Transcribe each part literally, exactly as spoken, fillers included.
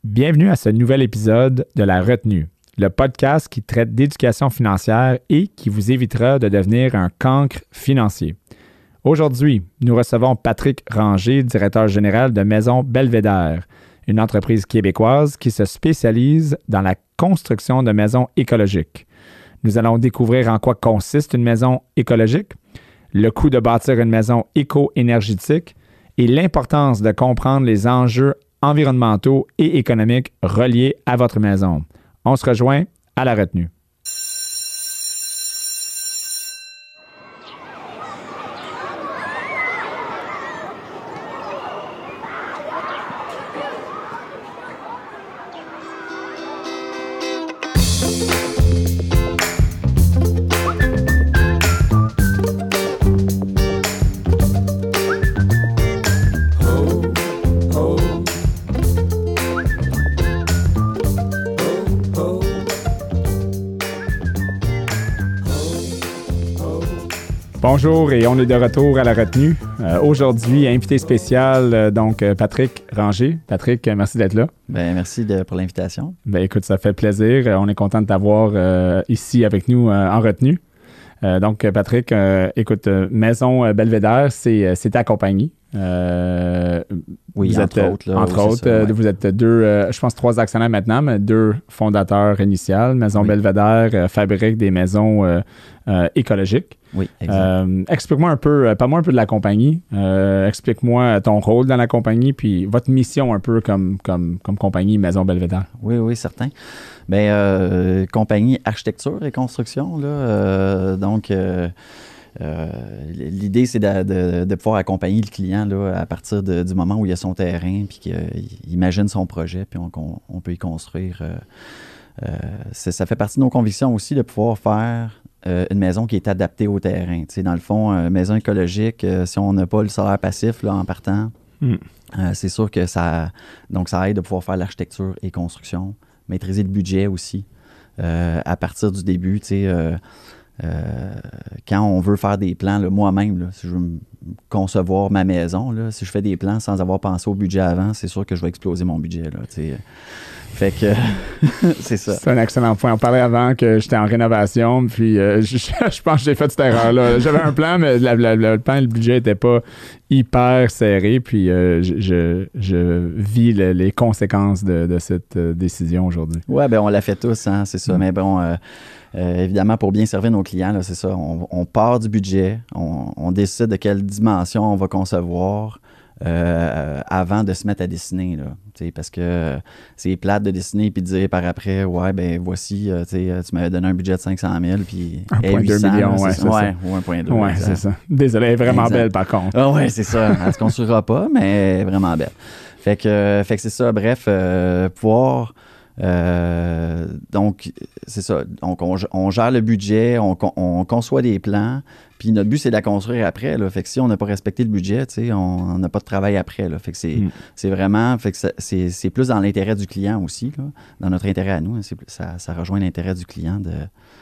Bienvenue à ce nouvel épisode de La Retenue, le podcast qui traite d'éducation financière et qui vous évitera de devenir un cancre financier. Aujourd'hui, nous recevons Patrick Ranger, directeur général de Maison Belvédère, une entreprise québécoise qui se spécialise dans la construction de maisons écologiques. Nous allons découvrir en quoi consiste une maison écologique, le coût de bâtir une maison éco-énergétique et l'importance de comprendre les enjeux environnementaux et économiques reliés à votre maison. On se rejoint à La Retenue. Bonjour et on est de retour à La Retenue. Euh, aujourd'hui, invité spécial, euh, donc euh, Patrick Ranger. Patrick, euh, merci d'être là. Ben, merci de, pour l'invitation. Ben, écoute, ça fait plaisir. Euh, on est content de t'avoir euh, ici avec nous euh, en retenue. Euh, donc, Patrick, euh, écoute, euh, Maison Belvédère, c'est, c'est ta compagnie. Euh, oui, vous entre êtes, autres. Là, entre oui, autres, ça, euh, ouais. Vous êtes deux, euh, je pense, trois actionnaires maintenant, mais deux fondateurs initiales. Maison Oui. Belvédère euh, fabrique des maisons euh, euh, écologiques. Oui, exact. Euh, explique-moi un peu, euh, parle-moi un peu de la compagnie. Euh, explique-moi ton rôle dans la compagnie, puis votre mission un peu comme, comme, comme compagnie Maison Belvédère. Oui, oui, certain. Bien, euh, compagnie architecture et construction, là. Euh, donc, euh, euh, l'idée, c'est de, de, de pouvoir accompagner le client là, à partir de, du moment où il a son terrain, puis qu'il imagine son projet, puis on, on, on peut y construire. Euh, euh, ça fait partie de nos convictions aussi de pouvoir faire Euh, une maison qui est adaptée au terrain. Tu sais, dans le fond, euh, maison écologique, euh, si on n'a pas le salaire passif là, en partant, mm. euh, c'est sûr que ça, donc ça aide de pouvoir faire l'architecture et construction, maîtriser le budget aussi. Euh, à partir du début, tu sais, euh, euh, quand on veut faire des plans, là, moi-même, là, si je veux m- concevoir ma maison, là, si je fais des plans sans avoir pensé au budget avant, c'est sûr que je vais exploser mon budget. Là, tu sais. Fait que c'est ça. C'est un excellent point. On parlait avant que j'étais en rénovation, puis euh, je, je pense que j'ai fait cette erreur-là. J'avais un plan, mais la, la, le plan et le budget n'étaient pas hyper serrés, puis euh, je, je, je vis le, les conséquences de, de cette euh, décision aujourd'hui. Oui, bien, on l'a fait tous, hein, c'est ça. Mm. Mais bon, euh, euh, évidemment, pour bien servir nos clients, là, c'est ça. On, on part du budget, on, on décide de quelle dimension on va concevoir. Euh, avant de se mettre à dessiner, là, parce que euh, c'est plate de dessiner puis de dire par après, ouais, ben voici, euh, tu m'avais donné un budget de cinq cent mille puis un virgule deux millions, là, ouais, c'est ça. Ouais, ou un virgule deux. Ouais, c'est ça. Désolé, elle est vraiment exact. Belle par contre. Ah ouais, c'est ça. Elle se construira pas, mais elle est vraiment belle. Fait que, euh, fait que c'est ça, bref, euh, pouvoir... Euh, donc, c'est ça. Donc, on, on gère le budget, on, on conçoit des plans, puis notre but, c'est de la construire après. Là. Fait que si on n'a pas respecté le budget, on n'a pas de travail après. Là. Fait que c'est, mm. c'est vraiment... Fait que ça, c'est, c'est plus dans l'intérêt du client aussi, là, dans notre intérêt à nous. C'est, ça, ça rejoint l'intérêt du client. De,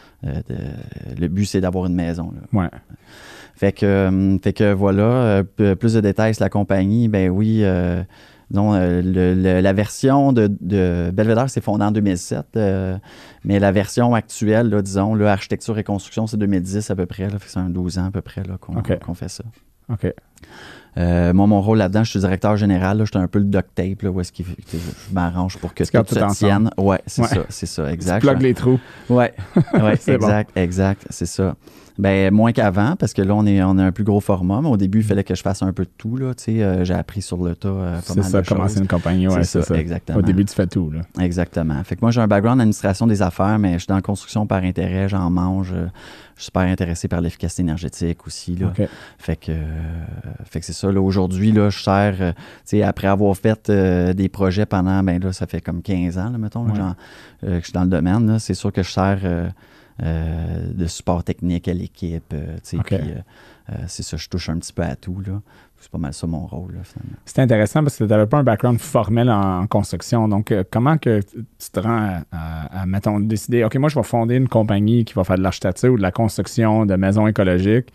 de, le but, c'est d'avoir une maison. Là. Ouais. Fait que, fait que voilà, plus de détails sur la compagnie, ben oui... Euh, Non, euh, le, le, la version de, de Belvédère s'est fondée en deux mille sept, euh, mais la version actuelle, là, disons, là, architecture et construction, c'est deux mille dix à peu près. Là, fait que c'est un douze ans à peu près là, qu'on, okay. qu'on fait ça. OK. Euh, moi, mon rôle là-dedans, je suis directeur général. Là, je suis un peu le duct tape, là, où est-ce qu'il, je m'arrange pour que tout, tout se tienne. Oui, c'est ouais. ça, c'est ça, exact. Tu plugues les trous. Oui, ouais, exact, bon. exact, c'est ça. Ben moins qu'avant, parce que là, on est on a un plus gros format, mais au début, il fallait que je fasse un peu de tout. Là, euh, j'ai appris sur le tas euh, pas c'est mal ça, de commencer choses. une compagnie, ouais, c'est, c'est ça, ça. Exactement. Au début, tu fais tout. Là. Exactement. Fait que moi, j'ai un background en administration des affaires, mais je suis dans la construction par intérêt, j'en mange. Euh, je suis super intéressé par l'efficacité énergétique aussi. Là. Okay. Fait que, euh, fait que c'est ça. Là, aujourd'hui, là, je sers, euh, après avoir fait euh, des projets pendant, ben là, ça fait comme quinze ans, là, mettons, ouais. là, genre, euh, que je suis dans le domaine. Là, c'est sûr que je sers... Euh, Euh, de support technique à l'équipe. Euh, okay. Puis, euh, euh, c'est ça, je touche un petit peu à tout. Là. C'est pas mal ça mon rôle, là, finalement. C'est intéressant parce que tu n'avais pas un background formel en, en construction. Donc, euh, comment que tu te rends à, à, à, mettons, décider, OK, moi, je vais fonder une compagnie qui va faire de l'architecture ou de la construction de maisons écologiques.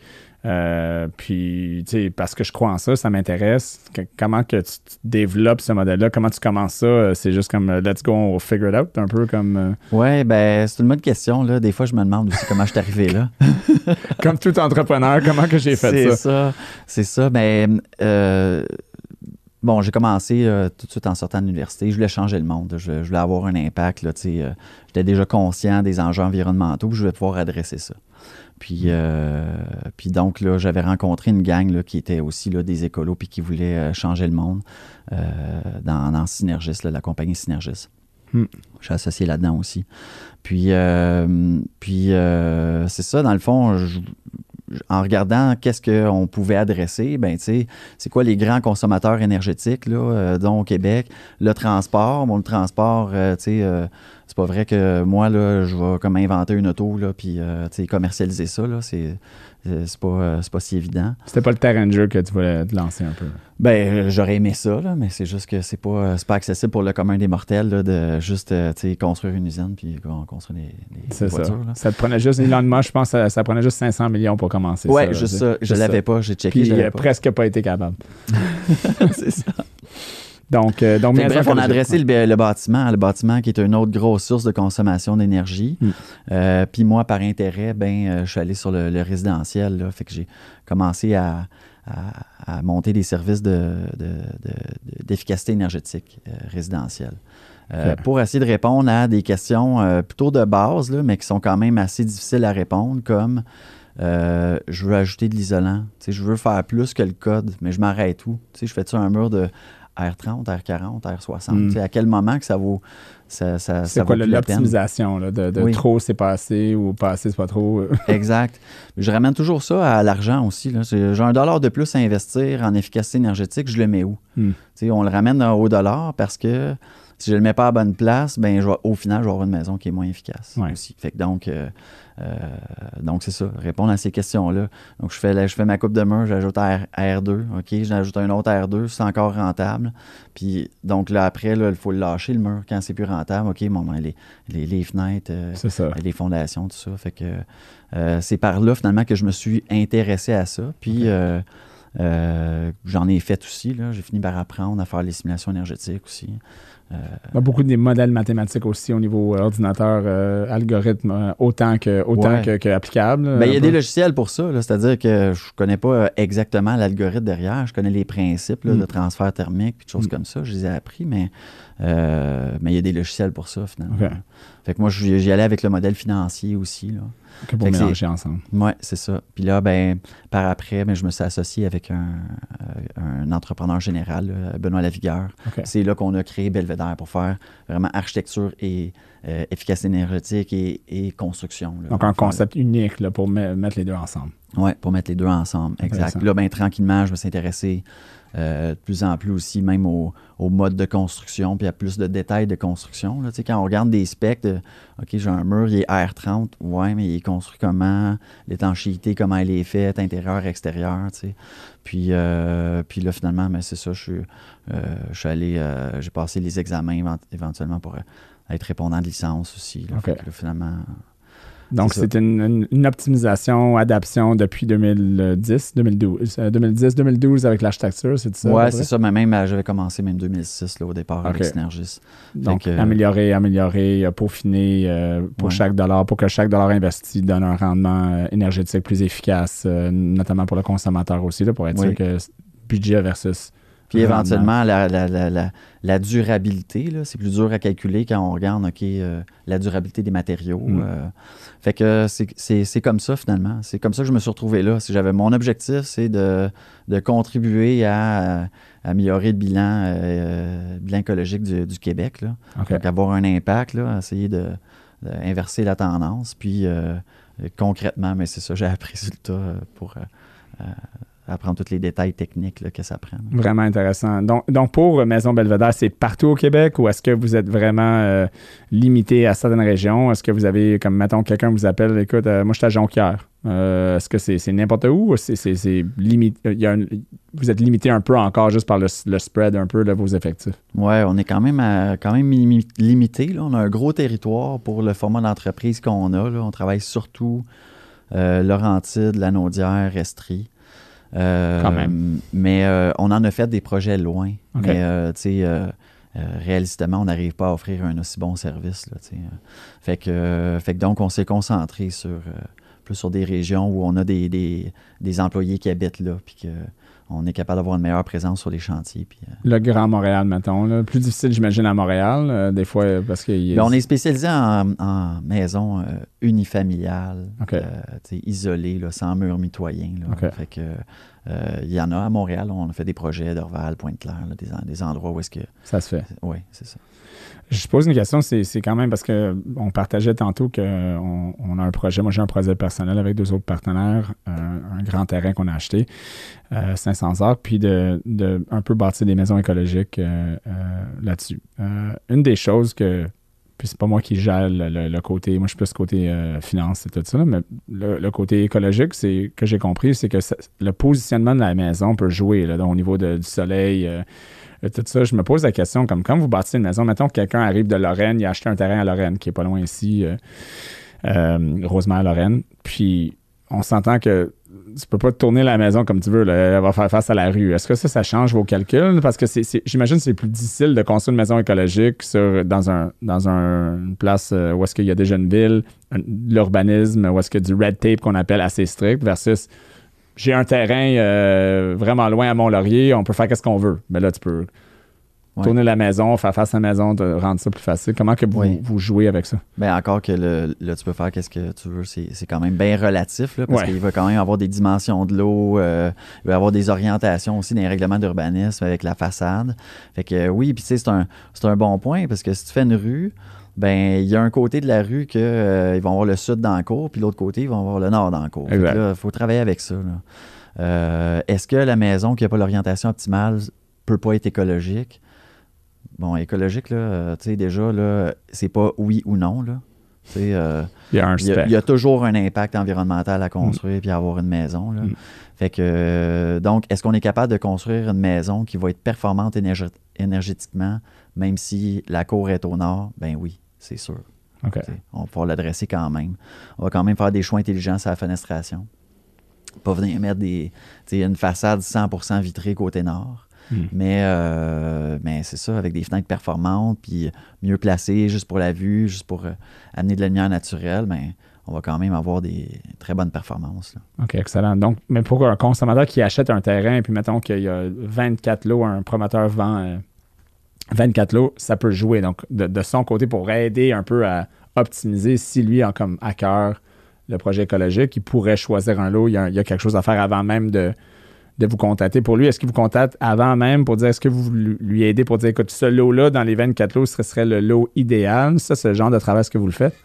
Euh, puis, tu sais, parce que je crois en ça, ça m'intéresse. Que, comment que tu, tu développes ce modèle-là? Comment tu commences ça? C'est juste comme, uh, let's go, on figure it out, un peu comme... Euh... Oui, ben c'est une bonne question, là. Des fois, je me demande aussi comment je suis arrivé là. Comme tout entrepreneur, comment que j'ai fait c'est ça? C'est ça, c'est ça. Mais, euh, bon, j'ai commencé euh, tout de suite en sortant de l'université. Je voulais changer le monde. Je, je voulais avoir un impact, là, tu sais. Euh, j'étais déjà conscient des enjeux environnementaux, puis je voulais pouvoir adresser ça. Puis, euh, puis donc, là, j'avais rencontré une gang là, qui était aussi là, des écolos puis qui voulait euh, changer le monde euh, dans, dans Synergis, là, la compagnie Synergis. Hmm. Je suis associé là-dedans aussi. Puis, euh, puis euh, c'est ça, dans le fond, je, en regardant qu'est-ce qu'on pouvait adresser, ben, tu sais, c'est quoi les grands consommateurs énergétiques, là, euh, dont au Québec, le transport. Bon, le transport, euh, tu sais, euh, c'est pas vrai que moi, là, je vais comme inventer une auto, là, puis, euh, tu sais, commercialiser ça, là, c'est, c'est, pas, euh, c'est pas si évident. C'était pas le terrain de jeu que tu voulais te lancer un peu? Ben, j'aurais aimé ça, là, mais c'est juste que c'est pas, c'est pas accessible pour le commun des mortels, là, de juste, euh, tu sais, construire une usine puis construire des, des c'est voitures. Ça. Là. Ça te prenait juste, Elon Musk, je pense, ça, ça prenait juste cinq cents millions pour commencer ouais, ça. Ouais, juste ça. Je l'avais ça. pas, j'ai checké, puis, je l'avais il a pas. presque pas été capable. C'est ça. Donc, euh, donc fait, bref, on a adressé le, le bâtiment, le bâtiment qui est une autre grosse source de consommation d'énergie. Mm. Euh, puis moi, par intérêt, ben, euh, je suis allé sur le, le résidentiel. Là, fait que j'ai commencé à, à, à monter des services de, de, de, d'efficacité énergétique euh, résidentielle. Euh, okay. Pour essayer de répondre à des questions euh, plutôt de base, là, mais qui sont quand même assez difficiles à répondre, comme euh, je veux ajouter de l'isolant. Tu sais, je veux faire plus que le code, mais je m'arrête où? Tu sais, je fais-tu un mur de R trente, R quarante, R soixante. Mm. Tu sais, à quel moment que ça vaut ça, ça, c'est ça quoi vaut le, l'optimisation là, de, de oui. trop c'est pas assez ou pas assez c'est pas trop? Exact. Je ramène toujours ça à l'argent aussi. Là. J'ai un dollar de plus à investir en efficacité énergétique, je le mets où? Mm. Tu sais, on le ramène au dollar parce que si je ne le mets pas à la bonne place, ben, je vais, au final, je vais avoir une maison qui est moins efficace ouais. aussi. Fait que donc, euh, euh, donc, c'est ça, répondre à ces questions-là. Donc, je fais, je fais ma coupe de mur, j'ajoute R, R deux, OK, j'ajoute un autre R deux, c'est encore rentable. Puis, donc là, après, il faut le lâcher, le mur, quand c'est plus rentable. OK, bon, ben, les, les, les fenêtres, euh, les fondations, tout ça. Fait que euh, c'est par là, finalement, que je me suis intéressé à ça. Puis, okay. euh, euh, j'en ai fait aussi, là. J'ai fini par apprendre à faire les simulations énergétiques aussi. Euh, Il y a beaucoup de modèles mathématiques aussi au niveau ordinateur, euh, algorithme, euh, autant que autant ouais. que, que applicable. Ben, il y a des logiciels pour ça, là, c'est-à-dire que je ne connais pas exactement l'algorithme derrière, je connais les principes là, mm. de transfert thermique et de choses mm. comme ça, je les ai appris, mais euh, mais il y a des logiciels pour ça finalement. Okay. Fait que moi, j'y allais avec le modèle financier aussi, là. Que pour mélanger ensemble. Oui, c'est ça. Puis là, ben, par après, ben, je me suis associé avec un, un entrepreneur général, là, Benoît Lavigueur. Okay. C'est là qu'on a créé Belvédère pour faire vraiment architecture et euh, efficacité énergétique et, et construction. Là, donc, un concept unique là, pour me, mettre les deux ensemble. Oui, pour mettre les deux ensemble, exact. Là, ben, tranquillement, je me suis intéressé euh, de plus en plus aussi même au, au mode de construction, puis à plus de détails de construction. Là. Tu sais, quand on regarde des specs, de, OK, j'ai un mur, il est R trente, ouais, mais il est construit comment, l'étanchéité, comment elle est faite, intérieur, extérieur, tu sais. Puis, euh, puis là, finalement, ben, c'est ça, je suis, euh, je suis allé, euh, j'ai passé les examens évent- éventuellement pour être répondant de licence aussi. Là. Okay. Fait que là, finalement... Donc, c'est, c'est une, une, une optimisation, adaptation depuis deux mille dix, deux mille douze. deux mille dix, deux mille douze avec l'architecture, c'est ça? Oui, c'est ça. Mais même, j'avais commencé même deux mille six là, au départ okay. avec Synergis. Donc, que, améliorer, améliorer, peaufiner euh, pour ouais. chaque dollar, pour que chaque dollar investi donne un rendement euh, énergétique plus efficace, euh, notamment pour le consommateur aussi, là, pour être oui. sûr que budget versus... Puis éventuellement, la, la, la, la, la durabilité, là, c'est plus dur à calculer quand on regarde okay, euh, la durabilité des matériaux. Mm. Euh, fait que c'est, c'est, c'est comme ça, finalement. C'est comme ça que je me suis retrouvé là. Si j'avais, mon objectif, c'est de, de contribuer à, à améliorer le bilan, euh, bilan écologique du, du Québec. Là. Okay. Donc, avoir un impact, là, essayer de, de inverser la tendance. Puis, euh, concrètement, mais c'est ça, j'ai appris sur le tas pour... Euh, apprendre tous les détails techniques là, que ça prend. Vraiment intéressant. Donc, donc pour Maison Belvédère, c'est partout au Québec ou est-ce que vous êtes vraiment euh, limité à certaines régions? Est-ce que vous avez, comme mettons, quelqu'un vous appelle, écoute, euh, moi je suis à Jonquière. Euh, est-ce que c'est, c'est n'importe où ou c'est, c'est, c'est limité? Il y a un, vous êtes limité un peu encore juste par le, le spread un peu de vos effectifs? Oui, on est quand même, à, quand même limité. Là. On a un gros territoire pour le format d'entreprise qu'on a. Là. On travaille surtout... euh, Laurentides, Lanaudière, Estrie. Euh, Quand même. Mais euh, on en a fait des projets loin. Okay. Mais, euh, tu sais, euh, euh, réalistement, on n'arrive pas à offrir un aussi bon service. Là, tu sais. Fait que, euh, fait que donc, on s'est concentré sur, euh, plus sur des régions où on a des, des, des employés qui habitent là, puis que on est capable d'avoir une meilleure présence sur les chantiers. Puis, euh... Le Grand Montréal, mettons. Là. Plus difficile, j'imagine, à Montréal, euh, des fois, parce qu'il Bien, on est spécialisé en, en maison euh, unifamiliale, okay. euh, isolée, là, sans mur mitoyen. Là. Okay. Fait que euh, il y en a à Montréal. On a fait des projets d'Orval, Pointe-Claire, là, des, des endroits où est-ce que... Ça se fait. Oui, c'est ça. Je pose une question, c'est, c'est quand même parce qu'on partageait tantôt qu'on on a un projet, moi j'ai un projet personnel avec deux autres partenaires, euh, un grand terrain qu'on a acheté, euh, cinq cents acres, puis de, de un peu bâtir des maisons écologiques euh, euh, là-dessus. Euh, une des choses que, puis c'est pas moi qui gère le, le, le côté, moi je suis plus côté euh, finance et tout ça, mais le, le côté écologique, c'est que j'ai compris, c'est que ça, le positionnement de la maison peut jouer là, donc, au niveau de, du soleil, euh, tout ça, je me pose la question, comme quand vous bâtissez une maison, mettons que quelqu'un arrive de Lorraine, il a acheté un terrain à Lorraine, qui est pas loin ici, euh, euh, Rosemère-Lorraine, puis on s'entend que tu peux pas tourner la maison comme tu veux, là, elle va faire face à la rue. Est-ce que ça, ça change vos calculs? Parce que c'est, c'est, j'imagine que c'est plus difficile de construire une maison écologique sur, dans, un, dans un, une place où est-ce qu'il y a déjà une ville, un, l'urbanisme, où est-ce qu'il y a du red tape qu'on appelle assez strict, versus... J'ai un terrain euh, vraiment loin à Mont-Laurier, on peut faire qu'est-ce qu'on veut. Mais là, tu peux ouais. tourner la maison, faire face à la maison, de rendre ça plus facile. Comment que vous, oui. vous jouez avec ça? Bien, encore que le, là, tu peux faire qu'est-ce que tu veux, c'est, c'est quand même bien relatif, là, parce ouais. qu'il va quand même avoir des dimensions de l'eau, euh, il va y avoir des orientations aussi dans les règlements d'urbanisme avec la façade. Fait que oui, puis tu sais, c'est un, c'est un bon point, parce que si tu fais une rue, ben il y a un côté de la rue que euh, ils vont avoir le sud dans la cour, puis l'autre côté, ils vont avoir le nord dans la cour. Il faut travailler avec ça. Là. Euh, est-ce que la maison qui n'a pas l'orientation optimale peut pas être écologique? Bon, écologique, là, tu sais, déjà, là, c'est pas oui ou non, là. Euh, il, y a un il, y a, il y a toujours un impact environnemental à construire mm. puis à avoir une maison, là. Mm. Fait que, euh, donc, est-ce qu'on est capable de construire une maison qui va être performante énerg- énergétiquement, même si la cour est au nord? Ben oui. C'est sûr. Okay. On va pouvoir l'adresser quand même. On va quand même faire des choix intelligents sur la fenestration. Pas venir mettre des, une façade cent pour cent vitrée côté nord. Mm. Mais, euh, mais c'est ça, avec des fenêtres performantes, puis mieux placées, juste pour la vue, juste pour euh, amener de la lumière naturelle, ben, on va quand même avoir des très bonnes performances. Là. OK, excellent. Donc, mais pour un consommateur qui achète un terrain, puis mettons qu'il y a vingt-quatre lots, un promoteur vend... Euh, vingt-quatre lots, ça peut jouer. Donc, de, de son côté, pour aider un peu à optimiser, si lui a comme à cœur le projet écologique, il pourrait choisir un lot. Il y a, il y a quelque chose à faire avant même de, de vous contacter. Pour lui, est-ce qu'il vous contacte avant même pour dire, est-ce que vous lui aidez pour dire, écoute, ce lot-là, dans les vingt-quatre lots, ce serait le lot idéal? Ça, c'est le genre de travail, est-ce que vous le faites?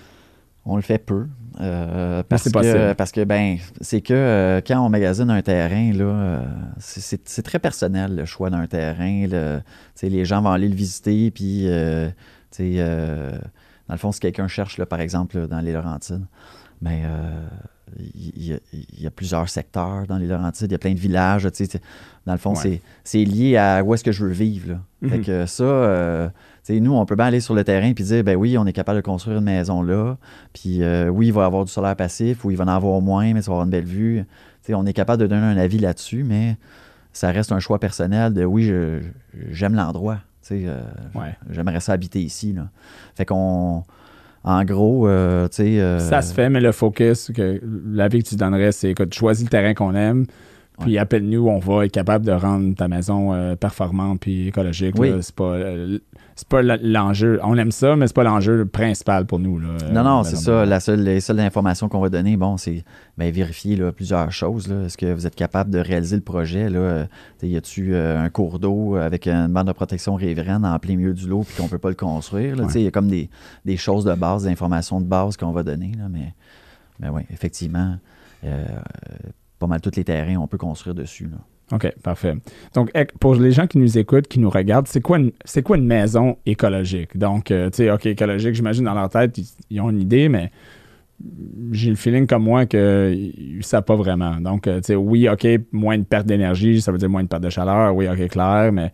On le fait peu. Euh, parce, c'est que, parce que, ben, c'est que euh, quand on magasine un terrain, là, euh, c'est, c'est, c'est très personnel, le choix d'un terrain. Le, les gens vont aller le visiter, puis, euh, euh, dans le fond, si quelqu'un cherche, là, par exemple, là, dans les Laurentides, ben, euh, il y, y, y a plusieurs secteurs dans les Laurentides, il y a plein de villages. Là, dans le fond, ouais. c'est, c'est lié à où est-ce que je veux vivre. Là. Mm-hmm. Fait que ça... Euh, nous, on peut bien aller sur le terrain et dire, ben oui, on est capable de construire une maison là, puis euh, oui, il va y avoir du solaire passif, ou il va en avoir moins, mais ça va avoir une belle vue. T'sais, on est capable de donner un avis là-dessus, mais ça reste un choix personnel de, oui, je, j'aime l'endroit. Euh, ouais. J'aimerais ça habiter ici. Là. Fait qu'on... En gros, euh, tu sais... Euh, ça se fait, mais le focus, que l'avis que tu donnerais, c'est que tu choisis le terrain qu'on aime, puis ouais. appelle-nous, on va être capable de rendre ta maison euh, performante puis écologique. Oui. Là, c'est pas, euh, c'est pas l'enjeu. On aime ça, mais c'est pas l'enjeu principal pour nous. Là, non, non, c'est ça. La seule, les seules informations qu'on va donner, bon, c'est ben, vérifier là, plusieurs choses. Là. Est-ce que vous êtes capable de réaliser le projet? Là? Y a-tu euh, un cours d'eau avec une bande de protection riveraine en plein milieu du lot puis qu'on peut pas le construire? Il ouais. y a comme des, des choses de base, des informations de base qu'on va donner. Là, mais, mais oui, effectivement... Euh, pas mal tous les terrains, on peut construire dessus. Là. OK, parfait. Donc, pour les gens qui nous écoutent, qui nous regardent, c'est quoi une, c'est quoi une maison écologique? Donc, euh, tu sais, OK, écologique, j'imagine dans leur tête, ils, ils ont une idée, mais j'ai le feeling comme moi qu'ils ne savent pas vraiment. Donc, tu sais, oui, OK, moins de perte d'énergie, ça veut dire moins de perte de chaleur, oui, OK, clair, mais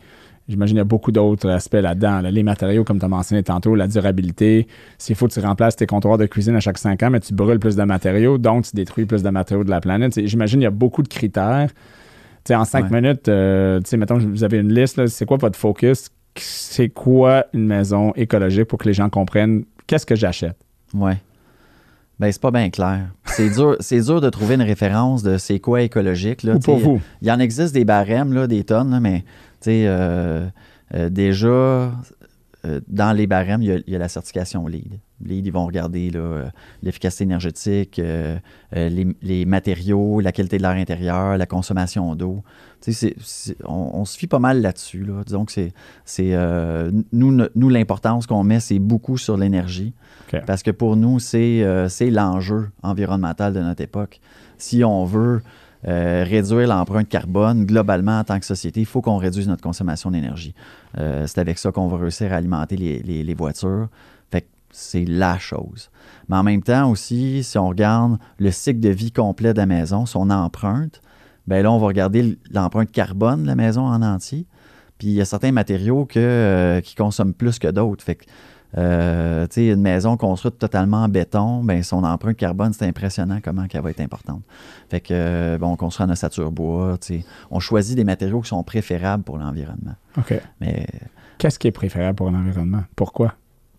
J'imagine qu'il y a beaucoup d'autres aspects là-dedans. Là. Les matériaux, comme tu as mentionné tantôt, la durabilité. S'il faut que tu remplaces tes comptoirs de cuisine à chaque cinq ans, mais tu brûles plus de matériaux, donc tu détruis plus de matériaux de la planète. T'sais, j'imagine qu'il y a beaucoup de critères. T'sais, en cinq ouais. minutes, euh, mettons, vous avez une liste. Là, c'est quoi votre focus? C'est quoi une maison écologique pour que les gens comprennent qu'est-ce que j'achète? Oui. Ben c'est pas bien clair. C'est dur, c'est dur de trouver une référence de c'est quoi écologique. Là, Ou pour vous. Il y en existe des barèmes, là, des tonnes, là, mais euh, euh, déjà, euh, dans les barèmes, il y, a, il y a la certification LEED. LEED, ils vont regarder là, euh, l'efficacité énergétique, euh, euh, les, les matériaux, la qualité de l'air intérieur, la consommation d'eau. C'est, c'est, on, on se fie pas mal là-dessus. Là. Disons que c'est, c'est euh, nous, nous, l'importance qu'on met, c'est beaucoup sur l'énergie. Okay. Parce que pour nous, c'est, euh, c'est l'enjeu environnemental de notre époque. Si on veut euh, réduire l'empreinte carbone, globalement, en tant que société, il faut qu'on réduise notre consommation d'énergie. Euh, c'est avec ça qu'on va réussir à alimenter les, les, les voitures. Fait que c'est la chose. Mais en même temps aussi, si on regarde le cycle de vie complet de la maison, son empreinte, bien là, on va regarder l'empreinte carbone de la maison en entier. Puis il y a certains matériaux que, euh, qui consomment plus que d'autres. Fait que Euh, tu sais, une maison construite totalement en béton, ben son empreinte carbone, c'est impressionnant comment elle va être importante. Fait que, euh, bon, on construit en ossature bois, tu sais, on choisit des matériaux qui sont préférables pour l'environnement. OK. Mais qu'est-ce qui est préférable pour l'environnement? Pourquoi?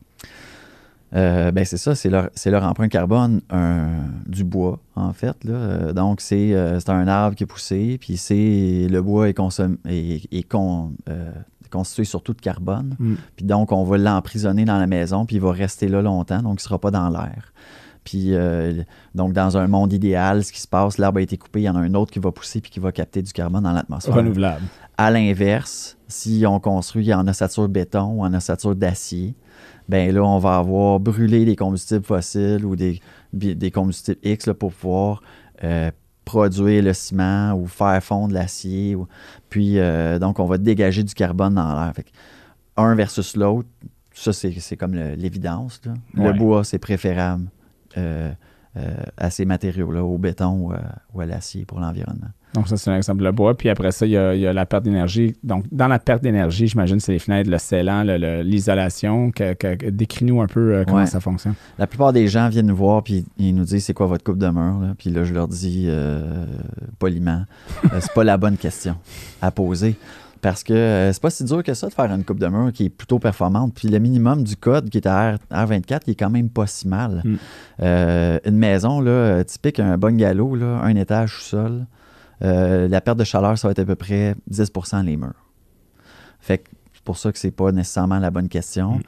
Euh, ben c'est ça, c'est leur, c'est leur empreinte carbone un, du bois, en fait. Là. Donc, c'est, euh, c'est un arbre qui est poussé, puis c'est le bois est consommé, est, est con, euh, constitué surtout de carbone. Mm. Puis donc, on va l'emprisonner dans la maison, puis il va rester là longtemps, donc il ne sera pas dans l'air. Puis, euh, donc, dans un monde idéal, ce qui se passe, l'arbre a été coupé, il y en a un autre qui va pousser puis qui va capter du carbone dans l'atmosphère. Renouvelable. À l'inverse, si on construit en ossature béton ou en ossature d'acier, bien là, on va avoir brûlé des combustibles fossiles ou des, des combustibles X là, pour pouvoir euh, produire le ciment ou faire fondre l'acier. Ou, puis, euh, donc, on va dégager du carbone dans l'air. Fait que, un versus l'autre, ça, c'est, c'est comme le, l'évidence. Là. Ouais. Le bois, c'est préférable euh, euh, à ces matériaux-là, au béton ou à, ou à l'acier pour l'environnement. Donc, ça, c'est un exemple, le bois. Puis après ça, il y a, il y a la perte d'énergie. Donc, dans la perte d'énergie, j'imagine, c'est les fenêtres, le scellant, le, le, l'isolation. Que, que, décris-nous un peu euh, comment ouais. ça fonctionne. La plupart des gens viennent nous voir puis ils nous disent c'est quoi votre coupe de mur. Là? Puis là, je leur dis euh, poliment, euh, c'est pas la bonne question à poser. Parce que euh, c'est pas si dur que ça de faire une coupe de mur qui est plutôt performante. Puis le minimum du code qui est à R, R vingt-quatre, il est quand même pas si mal. Mm. Euh, une maison, là, typique, un bungalow, là, un étage sous-sol, euh, la perte de chaleur, ça va être à peu près dix pour cent les murs. Fait que c'est pour ça que c'est pas nécessairement la bonne question. Mm.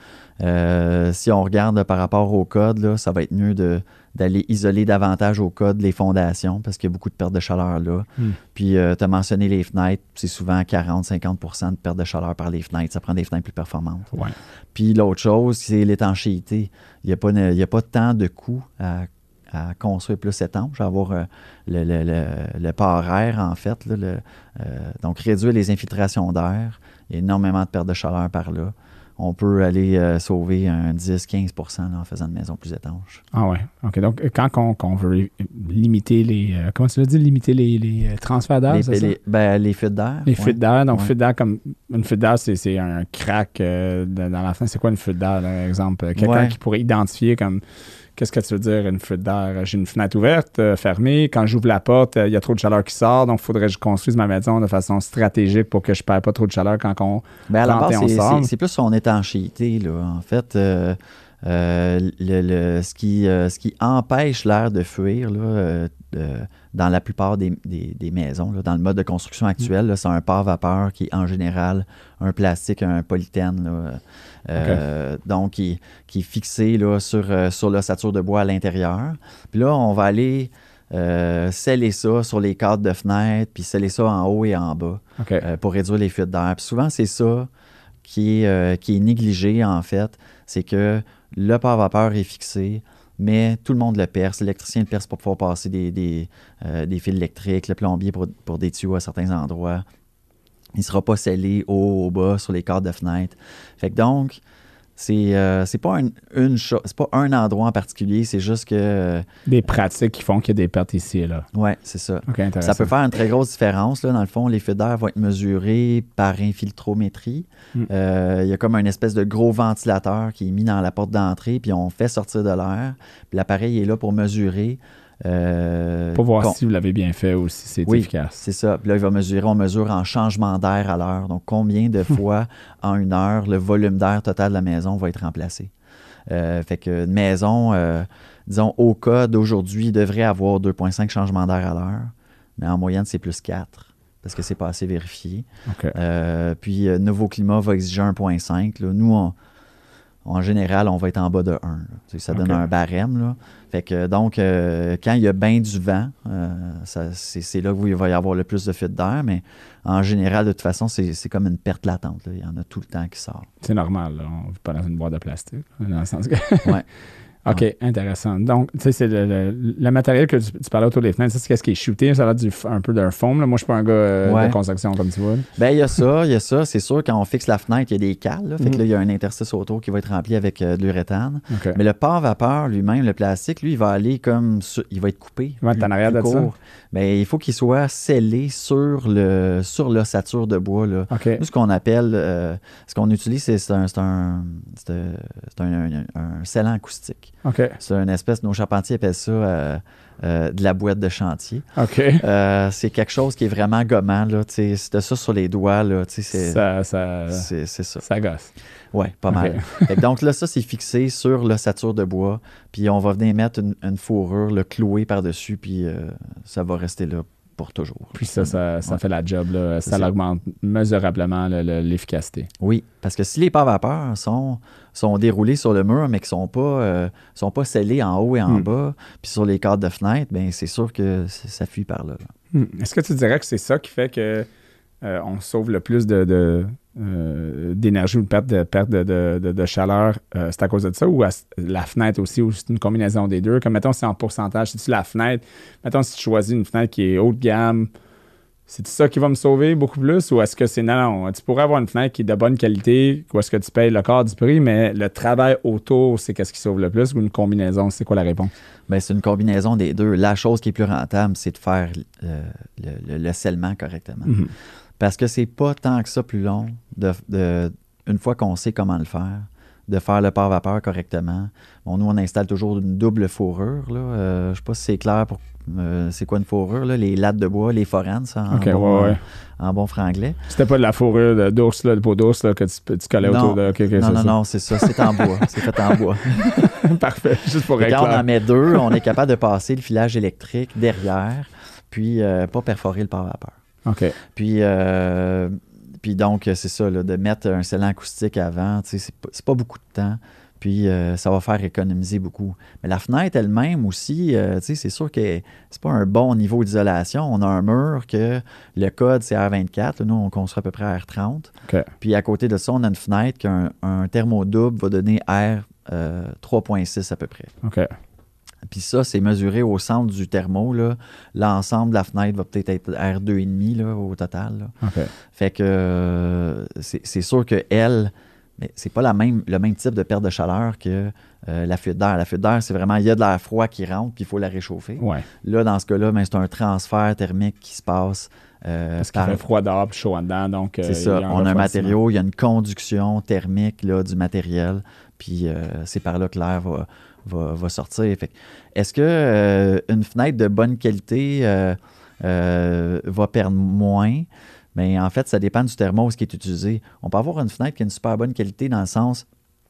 Euh, si on regarde par rapport au code, là, ça va être mieux de, d'aller isoler davantage au code les fondations parce qu'il y a beaucoup de perte de chaleur là. Mm. Puis, euh, tu as mentionné les fenêtres, c'est souvent quarante à cinquante pour cent de perte de chaleur par les fenêtres. Ça prend des fenêtres plus performantes. Ouais. Puis, l'autre chose, c'est l'étanchéité. Il n'y a pas, il n'y a pas tant de coûts à, à construire plus étanche, à avoir euh, le, le, le, le pare air, en fait. Là, le, euh, donc, réduire les infiltrations d'air. Il y a énormément de perte de chaleur par là. On peut aller euh, sauver un dix à quinze pour cent là, en faisant une maison plus étanche. Ah ouais. OK. Donc, quand on, qu'on veut limiter les... Euh, comment tu veux dire? Limiter les, les transferts d'air, les, c'est les, ça? Ben, les fuites d'air. Les ouais. fuites d'air. Donc, ouais. fuite d'air, comme... Une fuite d'air, c'est, c'est un crack euh, de, dans la fenêtre. C'est quoi une fuite d'air, par exemple? Quelqu'un ouais. qui pourrait identifier comme... Qu'est-ce que tu veux dire, une fuite d'air? J'ai une fenêtre ouverte, euh, fermée. Quand j'ouvre la porte, il euh, y a trop de chaleur qui sort. Donc, il faudrait que je construise ma maison de façon stratégique pour que je ne perde pas trop de chaleur quand on ben à la base, on c'est, sort. C'est, c'est plus son étanchéité, là. En fait, euh, euh, le, le, ce, qui, euh, ce qui empêche l'air de fuir, là, euh, euh, dans la plupart des, des, des maisons, là, dans le mode de construction actuel, là, c'est un pare vapeur qui est en général un plastique, un polythène, là, euh, okay. donc qui, qui est fixé là, sur, euh, sur l'ossature de bois à l'intérieur. Puis là, on va aller euh, sceller ça sur les cadres de fenêtres, puis sceller ça en haut et en bas okay. euh, pour réduire les fuites d'air. Puis souvent, c'est ça qui est, euh, qui est négligé, en fait, c'est que le pare vapeur est fixé, mais tout le monde le perce. L'électricien le perce pour pouvoir passer des, des, euh, des fils électriques, le plombier pour, pour des tuyaux à certains endroits. Il ne sera pas scellé haut ou bas sur les cadres de fenêtre. Fait que donc, C'est euh, c'est pas un, une cho- c'est pas un endroit en particulier, c'est juste que... Euh, des pratiques qui font qu'il y a des pertes ici et là. Oui, c'est ça. OK, intéressant. Ça peut faire une très grosse différence. Là. Dans le fond, les fuites d'air vont être mesurés par infiltrométrie. Il mm. euh, y a comme une espèce de gros ventilateur qui est mis dans la porte d'entrée, puis on fait sortir de l'air. Puis l'appareil est là pour mesurer. Euh, pour voir con... si vous l'avez bien fait ou si c'est oui, efficace. C'est ça. Puis là, il va mesurer, on mesure en changement d'air à l'heure. Donc, combien de fois en une heure le volume d'air total de la maison va être remplacé. Euh, fait que une maison, euh, disons, au cas d'aujourd'hui, devrait avoir deux virgule cinq changements d'air à l'heure. Mais en moyenne, c'est plus quatre parce que c'est pas assez vérifié. Okay. Euh, puis, euh, Nouveau Climat va exiger un virgule cinq. Là. Nous, on, en général, on va être en bas de un. Là. Ça donne okay. un barème. Là. Fait que, donc, euh, quand il y a bien du vent, euh, ça, c'est, c'est là où il va y avoir le plus de fuite d'air. Mais en général, de toute façon, c'est, c'est comme une perte latente. Là. Il y en a tout le temps qui sort. C'est normal. Là. On ne vit pas dans une boîte de plastique. Dans le sens que... ouais. OK, ouais. Intéressant. Donc, tu sais, c'est le, le, le matériel que tu, tu parlais autour des fenêtres, ça, c'est qu'est-ce qui est shooté? Ça a l'air du, un peu d'un foam. Là. Moi, je ne suis pas un gars euh, ouais. de construction, comme tu vois. Bien, il y a ça, il y a ça. C'est sûr, quand on fixe la fenêtre, il y a des cales. Là. Fait mm. que là, il y a un interstice autour qui va être rempli avec euh, de l'uréthane. Okay. Mais le port vapeur lui-même, le plastique, lui, il va aller comme... Sur, il va être coupé. Il va être en arrière de ça? Bien, il faut qu'il soit scellé sur, le, sur l'ossature de bois. Là. Okay. Nous, ce qu'on appelle... Euh, ce qu'on utilise, c'est, c'est, un, c'est, un, c'est, un, c'est un, un, un scellant acoustique. Okay. C'est une espèce, nos charpentiers appellent ça euh, euh, de la boîte de chantier. OK. Euh, c'est quelque chose qui est vraiment gommant. Là, si tu as ça sur les doigts, là, c'est, ça, ça, c'est, c'est ça. Ça gosse. Oui, pas okay. mal. Fait que donc là, ça, c'est fixé sur l'ossature de bois. Puis on va venir mettre une, une fourrure, le clouer par-dessus, puis euh, ça va rester là pour toujours. Puis ça, ça, ça ouais. fait la job. Là. Ça, ça augmente mesurablement le, le, l'efficacité. Oui, parce que si les pores vapeurs sont, sont déroulés sur le mur, mais qui ne sont pas, euh, sont pas scellés en haut et en mm. bas, puis sur les cadres de fenêtre, bien, c'est sûr que ça fuit par là. là. Mm. Est-ce que tu dirais que c'est ça qui fait que euh, on sauve le plus de, de, euh, d'énergie ou de perte de, perte de, de, de, de chaleur? Euh, c'est à cause de ça ou à, la fenêtre aussi, ou c'est une combinaison des deux? Comme mettons, c'est en pourcentage. C'est-tu la fenêtre? Mettons, si tu choisis une fenêtre qui est haut de gamme, c'est-tu ça qui va me sauver beaucoup plus? Ou est-ce que c'est non, non, tu pourrais avoir une fenêtre qui est de bonne qualité, ou est-ce que tu payes le quart du prix, mais le travail autour, c'est qu'est-ce qui sauve le plus, ou une combinaison? C'est quoi la réponse? Bien, c'est une combinaison des deux. La chose qui est plus rentable, c'est de faire euh, le, le, le scellement correctement. Mm-hmm. Parce que c'est pas tant que ça plus long, de, de, une fois qu'on sait comment le faire, de faire le port vapeur correctement. Bon, nous, on installe toujours une double fourrure. Là. Euh, je ne sais pas si c'est clair pour euh, c'est quoi une fourrure, là? Les lattes de bois, les foranes, ça, en, okay, bon, ouais, ouais. en, en bon franglais. C'était pas de la fourrure de, d'ours, là, de peau d'ours là, que tu, tu collais non, autour de... Okay, okay, non, c'est non, ça. non, c'est ça. C'est en bois. C'est fait en bois. Parfait. Juste pour être quand clair. on en met deux, on est capable de passer le filage électrique derrière, puis euh, pas perforer le port vapeur. OK. Puis... Euh, Puis donc, c'est ça, là, de mettre un scellant acoustique avant, tu sais, c'est pas, c'est pas beaucoup de temps. Puis euh, ça va faire économiser beaucoup. Mais la fenêtre elle-même aussi, euh, tu sais, c'est sûr que c'est pas un bon niveau d'isolation. On a un mur que le code, c'est R vingt-quatre. Là, nous, on construit à peu près R trente. Okay. Puis à côté de ça, on a une fenêtre qu'un un thermo double va donner R euh, trois virgule six à peu près. OK. Puis ça, c'est mesuré au centre du thermo. Là. L'ensemble de la fenêtre va peut-être être R deux virgule cinq là, au total. Là. Okay. Fait que euh, c'est, c'est sûr que elle, mais c'est pas la même, le même type de perte de chaleur que euh, la fuite d'air. La fuite d'air, c'est vraiment, il y a de l'air froid qui rentre, puis il faut la réchauffer. Ouais. Là, dans ce cas-là, ben, c'est un transfert thermique qui se passe. Euh, Parce par... qu'il fait froid dehors puis chaud en dedans. Donc, c'est euh, ça. On a un matériau, il y a une conduction thermique là, du matériel, puis euh, c'est par là que l'air va... Va, va sortir. Fait, est-ce que euh, une fenêtre de bonne qualité euh, euh, va perdre moins? Bien, en fait, ça dépend du thermos qui est utilisé. On peut avoir une fenêtre qui a une super bonne qualité dans le sens,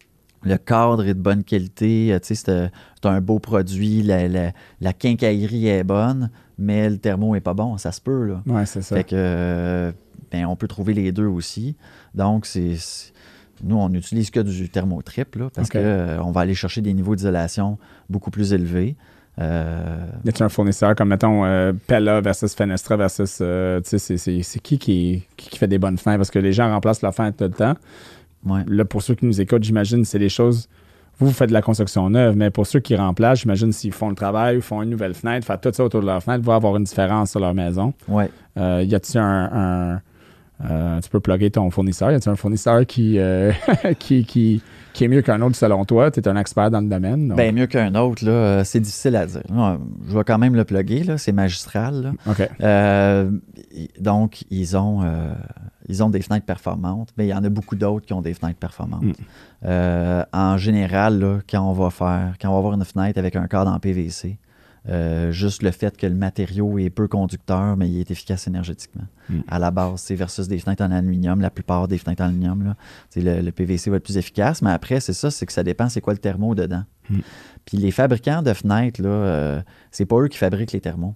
le cadre est de bonne qualité, tu sais, c'est, c'est un beau produit, la, la, la quincaillerie est bonne, mais le thermo n'est pas bon, ça se peut, là. Oui, c'est ça. Fait que, euh, ben, on peut trouver les deux aussi. Donc, c'est... c'est nous, on n'utilise que du thermotriple là, parce okay. qu'on euh, va aller chercher des niveaux d'isolation beaucoup plus élevés. Euh... Y a-t-il un fournisseur comme, mettons, euh, Pella versus Fenestra versus... Euh, tu sais, c'est, c'est, c'est qui qui, qui qui fait des bonnes fenêtres? Parce que les gens remplacent leurs fenêtres tout le temps. Ouais. Là, pour ceux qui nous écoutent, j'imagine c'est des choses... Vous, vous faites de la construction neuve, mais pour ceux qui remplacent, j'imagine s'ils font le travail ou font une nouvelle fenêtre, faire tout ça autour de leur fenêtre, va avoir une différence sur leur maison. Ouais. Euh, y a-t-il un... un Euh, tu peux plugger ton fournisseur. Y a-t-il un fournisseur qui, euh, qui, qui, Qui est mieux qu'un autre selon toi? Tu es un expert dans le domaine. Bien, mieux qu'un autre, là, c'est difficile à dire. Je vais quand même le plugger, là, c'est Magistral. Là. OK. Euh, donc, ils ont, euh, ils ont des fenêtres performantes, mais il y en a beaucoup d'autres qui ont des fenêtres performantes. Mm. Euh, en général, là, quand on va faire, quand on va avoir une fenêtre avec un cadre en P V C, Euh, juste le fait que le matériau est peu conducteur, mais il est efficace énergétiquement. Mm. À la base, c'est versus des fenêtres en aluminium. La plupart des fenêtres en aluminium, là, le, le P V C va être plus efficace, mais après, c'est ça, c'est que ça dépend c'est quoi le thermo dedans. Mm. Puis les fabricants de fenêtres, là, euh, c'est pas eux qui fabriquent les thermos.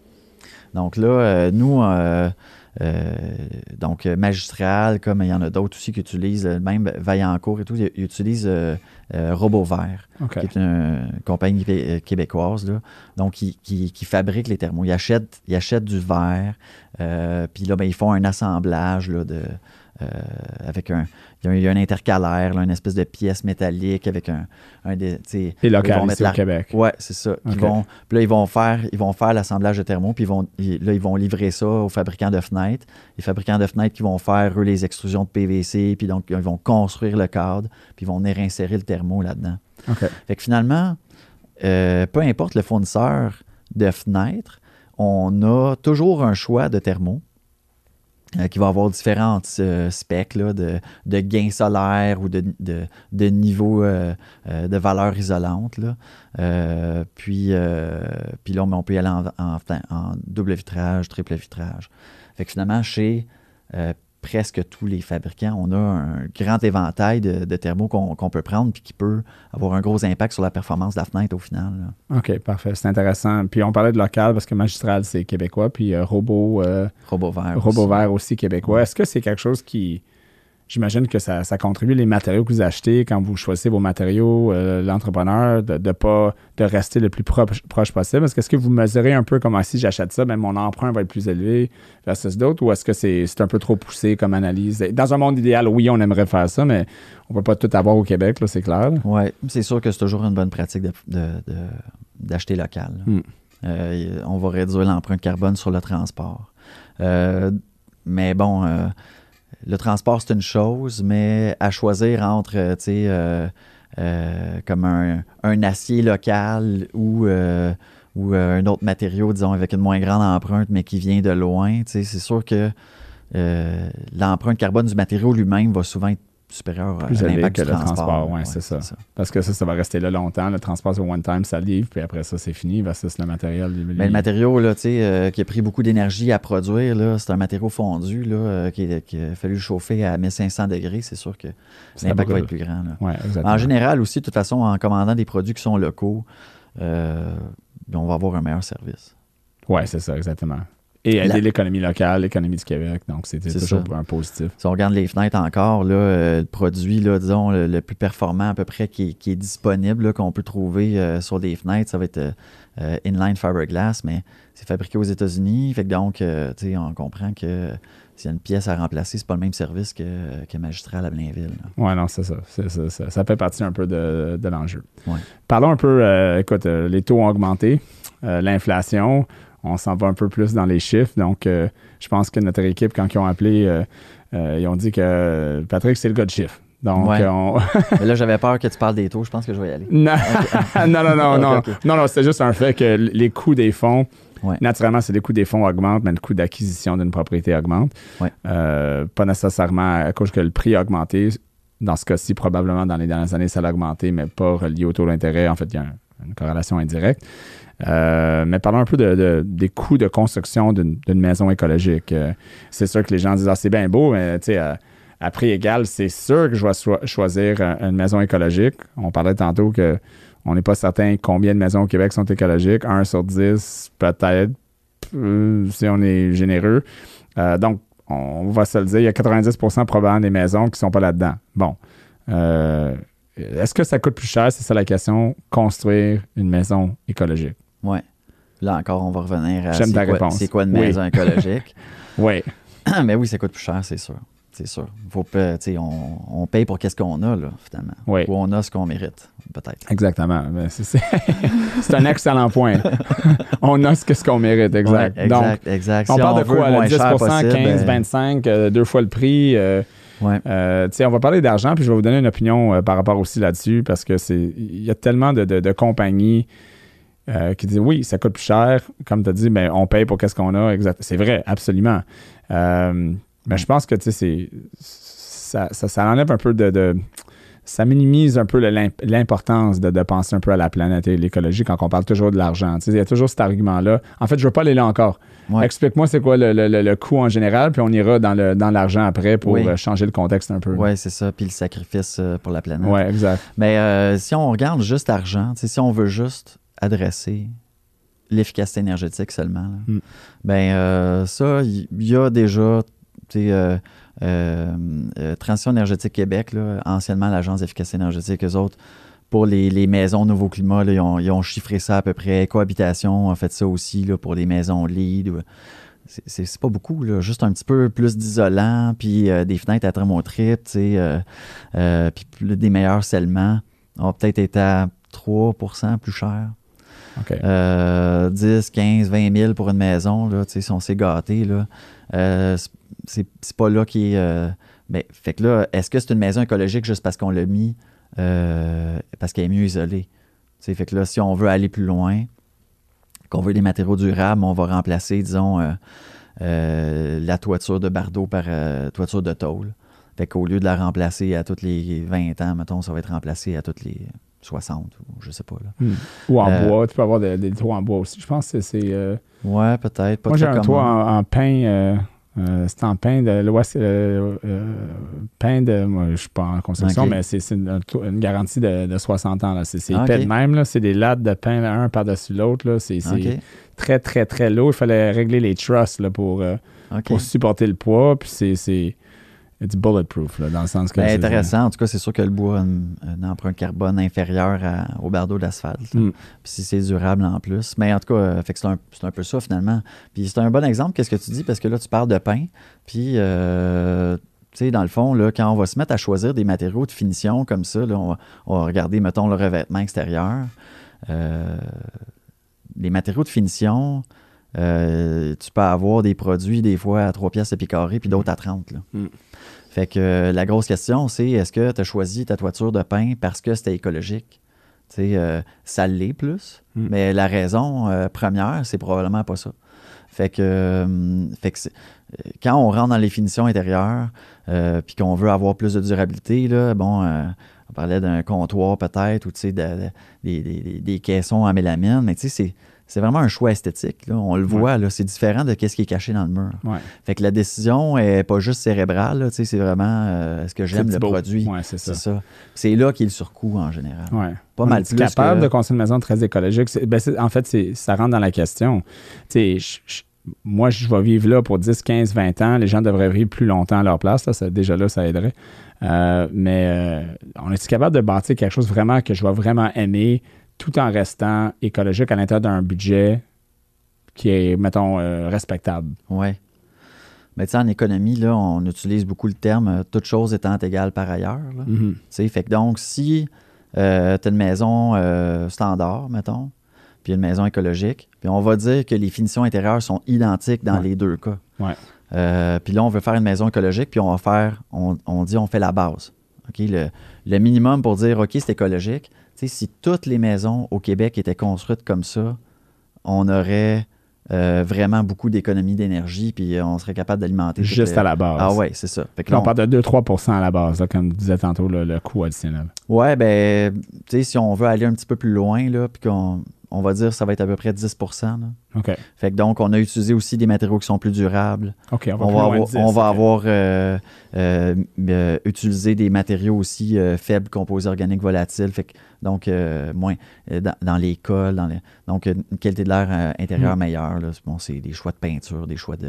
Donc là, euh, nous, euh, euh, donc Magistral, comme il y en a d'autres aussi qui utilisent, même Vaillancourt et tout, ils utilisent euh, euh, RoboVert, okay. qui est une, une compagnie québécoise, là, donc qui, qui, qui fabrique les thermos. Ils achètent, ils achètent du verre, euh, puis là, ben, ils font un assemblage là, de... Euh, avec un, il y a un, il y a un intercalaire, là, une espèce de pièce métallique avec un, un des, et local ici au Québec. Ouais, c'est ça. Okay. Ils vont, puis là ils vont faire, ils vont faire l'assemblage de thermos, puis ils vont, ils, là ils vont livrer ça aux fabricants de fenêtres. Les fabricants de fenêtres qui vont faire eux les extrusions de P V C, puis donc ils vont construire le cadre, puis ils vont venir insérer le thermo là-dedans. Okay. Fait que finalement, euh, peu importe le fournisseur de fenêtres, on a toujours un choix de thermos. Euh, qui va avoir différentes euh, specs là, de, de gain solaire ou de, de, de niveau euh, euh, de valeur isolante. Là. Euh, puis, euh, puis là, on peut y aller en, en, en double vitrage, triple vitrage. Fait que finalement, chez euh, presque tous les fabricants, on a un grand éventail de, de thermos qu'on, qu'on peut prendre puis qui peut avoir un gros impact sur la performance de la fenêtre au final. Là. OK, parfait. C'est intéressant. Puis on parlait de local parce que Magistral, c'est québécois, puis euh, Robo... Euh, RoboVert RoboVert aussi. aussi québécois. Ouais. Est-ce que c'est quelque chose qui... J'imagine que ça, ça contribue les matériaux que vous achetez quand vous choisissez vos matériaux, euh, l'entrepreneur, de ne pas de rester le plus proche, proche possible. Est-ce que, est-ce que vous mesurez un peu comment si j'achète ça, ben, mon emprunt va être plus élevé versus d'autres, ou est-ce que c'est, c'est un peu trop poussé comme analyse? Dans un monde idéal, oui, on aimerait faire ça, mais on ne peut pas tout avoir au Québec, là, c'est clair. Oui, c'est sûr que c'est toujours une bonne pratique de, de, de, d'acheter local. Hmm. Euh, on va réduire l'empreinte carbone sur le transport. Euh, mais bon... Euh, Le transport, c'est une chose, mais à choisir entre, tu sais, euh, euh, comme un, un acier local ou, euh, ou euh, un autre matériau, disons, avec une moins grande empreinte, mais qui vient de loin, tu sais, c'est sûr que euh, l'empreinte carbone du matériau lui-même va souvent être supérieur plus à l'impact que du le transport. transport. Oui, ouais, c'est, c'est ça. ça. Parce que ça, ça va rester là longtemps. Le transport, c'est one time, ça livre, puis après ça, c'est fini versus le matériel. Mais lui, le matériau, là, tu sais, euh, qui a pris beaucoup d'énergie à produire, là, c'est un matériau fondu, là, euh, qui, qui a fallu chauffer à mille cinq cents degrés. C'est sûr que ça l'impact va être plus grand. Là. Ouais, exactement. En général, aussi, de toute façon, en commandant des produits qui sont locaux, euh, on va avoir un meilleur service. Oui, c'est ça, exactement. Et aider La... l'économie locale, l'économie du Québec. Donc, c'est, c'est toujours ça. Un positif. Si on regarde les fenêtres encore, là, euh, le produit, là, disons, le, le plus performant à peu près qui est, qui est disponible, là, qu'on peut trouver euh, sur des fenêtres, ça va être euh, Inline Fiberglass, mais c'est fabriqué aux États-Unis. Fait que donc, euh, tu sais, on comprend que s'il y a une pièce à remplacer, c'est pas le même service que, que Magistral à Blainville. Oui, non, c'est ça. C'est, c'est, ça. Ça fait partie un peu de, de l'enjeu. Ouais. Parlons un peu, euh, écoute, euh, les taux ont augmenté, euh, l'inflation. On s'en va un peu plus dans les chiffres. Donc, euh, je pense que notre équipe, quand ils ont appelé, euh, euh, ils ont dit que euh, Patrick, c'est le gars de chiffres. Donc, ouais. on... Mais là, j'avais peur que tu parles des taux. Je pense que je vais y aller. Non, okay. non, non, non, okay, non. Okay. Non, non, c'est juste un fait que les coûts des fonds, ouais. naturellement, c'est les coûts des fonds augmentent, mais le coût d'acquisition d'une propriété augmente. Ouais. Euh, pas nécessairement à cause que le prix a augmenté. Dans ce cas-ci, probablement, dans les dernières années, ça a augmenté, mais pas relié au taux d'intérêt. En fait, il y a un, une corrélation indirecte. Euh, mais parlons un peu de, de, des coûts de construction d'une, d'une maison écologique. Euh, c'est sûr que les gens disent « Ah, c'est bien beau, mais tu sais, à, à prix égal, c'est sûr que je vais so- choisir une maison écologique. » On parlait tantôt qu'on n'est pas certain combien de maisons au Québec sont écologiques. un sur dix, peut-être, euh, si on est généreux. Euh, donc, on va se le dire, il y a quatre-vingt-dix pour cent probablement des maisons qui ne sont pas là-dedans. Bon. Euh, est-ce que ça coûte plus cher? C'est ça la question, construire une maison écologique. Oui. Là encore, on va revenir à J'aime c'est, ta quoi, réponse. c'est quoi une oui. maison écologique. Oui. Mais oui, ça coûte plus cher, c'est sûr. C'est sûr. Faut pas, on, on paye pour qu'est-ce qu'on a, là, finalement. Oui. Ou on a ce qu'on mérite, peut-être. Exactement. Mais c'est, c'est, c'est un excellent point. On a ce, ce qu'on mérite, exact. Ouais, exact, Donc, exact. on si parle on de quoi? Là, dix pour cent, possible, quinze, vingt-cinq, euh, deux fois le prix. Euh, Ouais. Euh, tu sais, on va parler d'argent, puis je vais vous donner une opinion euh, par rapport aussi là-dessus, parce que c'est il y a tellement de, de, de compagnies euh, qui disent oui, ça coûte plus cher. Comme tu as dit, ben, on paye pour qu'est-ce qu'on a. Exact. C'est vrai, absolument. Euh, mais je pense que tu sais, c'est ça, ça, ça enlève un peu de, de ça minimise un peu le, l'importance de, de penser un peu à la planète et l'écologie quand on parle toujours de l'argent. Tu sais, il y a toujours cet argument-là. En fait, je ne veux pas aller là encore. Ouais. Explique-moi c'est quoi le, le, le, le coût en général, puis on ira dans, le, dans l'argent après pour oui. changer le contexte un peu. Oui, c'est ça. Puis le sacrifice pour la planète. Oui, exact. Mais euh, si on regarde juste l'argent, si on veut juste adresser l'efficacité énergétique seulement, là, mm. ben euh, ça, il y, y a déjà... Euh, euh, euh, Transition énergétique Québec, là, anciennement l'Agence d'efficacité énergétique, eux autres, pour les, les maisons Nouveau Climat, là, ils, ont, ils ont chiffré ça à peu près. Cohabitation a fait ça aussi là, pour les maisons LEED. C'est, c'est, c'est pas beaucoup, là, juste un petit peu plus d'isolant, puis euh, des fenêtres à thermotrip, euh, euh, puis des meilleurs scellements. On va peut-être être à trois pour cent plus cher. Okay. Euh, dix, quinze, vingt mille pour une maison, là, si on s'est gâté, là. Euh, c'est, c'est pas là qui est... Euh, ben, fait que là, est-ce que c'est une maison écologique juste parce qu'on l'a mis, euh, parce qu'elle est mieux isolée? T'sais, fait que là, si on veut aller plus loin, qu'on veut des matériaux durables, on va remplacer, disons, euh, euh, la toiture de bardeau par euh, toiture de tôle. Fait qu'au lieu de la remplacer à tous les vingt ans, mettons, ça va être remplacé à tous les soixante, ou je sais pas. Là. Hmm. Ou en euh, bois, tu peux avoir des, des toits en bois aussi. Je pense que c'est... Euh... Ouais, peut-être. Pas Moi, j'ai un commun. toit en, en pain... Euh... Euh, c'est en pain de l'Ouest, euh, euh, pain de, moi je suis pas en construction, okay. mais c'est, c'est une, une garantie de, de soixante ans. Là. C'est, c'est épais okay. de même, là. C'est des lattes de pain un par-dessus l'autre. Là. C'est, c'est okay. très, très, très lourd. Il fallait régler les trusses là, pour, euh, okay. pour supporter le poids. Puis c'est, c'est it's bulletproof, là, dans le sens que ben, c'est intéressant. En tout cas, c'est sûr que le bois a une, une empreinte carbone inférieure à, au bardeau d'asphalte. Mm. Puis si c'est durable en plus. Mais en tout cas, euh, fait que c'est, un, c'est un peu ça finalement. Puis c'est un bon exemple, qu'est-ce que tu dis, parce que là, tu parles de pain. Puis, euh, tu sais, dans le fond, là, quand on va se mettre à choisir des matériaux de finition comme ça, là, on, va, on va regarder, mettons, le revêtement extérieur. Euh, les matériaux de finition... Euh, tu peux avoir des produits des fois à trois piastres le pied carré puis d'autres à trente. Là. Mm. Fait que euh, la grosse question, c'est est-ce que tu as choisi ta toiture de pin parce que c'était écologique? Tu sais, euh, ça l'est plus, mm. mais la raison euh, première, c'est probablement pas ça. Fait que, euh, fait que c'est, quand on rentre dans les finitions intérieures euh, puis qu'on veut avoir plus de durabilité, là, bon, euh, on parlait d'un comptoir peut-être ou tu sais, de, de, des, des, des caissons en mélamine, mais tu sais, c'est C'est vraiment un choix esthétique. Là. On le voit, ouais. là, c'est différent de ce qui est caché dans le mur. Ouais. Fait que la décision n'est pas juste cérébrale. Là, c'est vraiment euh, est-ce que j'aime le beau. produit. Ouais, c'est, ça. c'est ça. C'est là qu'il y a le surcoût en général. Ouais. Pas on mal est plus. capable que... de construire une maison très écologique. C'est, ben c'est, en fait, c'est, ça rentre dans la question. Je, je, moi, je vais vivre là pour dix, quinze, vingt ans. Les gens devraient vivre plus longtemps à leur place. Là, ça, déjà là, ça aiderait. Euh, mais euh, on est capable de bâtir quelque chose vraiment que je vais vraiment aimer tout en restant écologique à l'intérieur d'un budget qui est, mettons, euh, respectable. Oui. Mais tu sais, en économie, là, on utilise beaucoup le terme euh, « toute chose étant égale par ailleurs ». Mm-hmm. Tu sais, fait que donc, si euh, tu as une maison euh, standard, mettons, puis une maison écologique, puis on va dire que les finitions intérieures sont identiques dans ouais. les deux cas. Ouais. Euh, puis là, on veut faire une maison écologique, puis on va faire, on, on dit, on fait la base. Okay? Le, le minimum pour dire, OK, c'est écologique. Tu sais, si toutes les maisons au Québec étaient construites comme ça, on aurait... Euh, vraiment beaucoup d'économies d'énergie, puis euh, on serait capable d'alimenter. Juste les... à la base. Ah oui, c'est ça. Fait que là, là, on, on parle de deux à trois pour cent à la base, là, comme disait tantôt, le, le coût additionnel. Oui, bien, tu sais, si on veut aller un petit peu plus loin, là, puis qu'on on va dire que ça va être à peu près dix pour cent. Là. OK. Fait que donc, on a utilisé aussi des matériaux qui sont plus durables. OK, on va, on plus va loin avoir, de dix, on va okay. avoir euh, euh, euh, utilisé des matériaux aussi euh, faibles, composés organiques volatiles. Fait que, donc, euh, moins euh, dans, dans les cols. Dans les, donc, une qualité de l'air euh, intérieur mmh. meilleure. Là. Bon, c'est des choix de peinture, des choix de...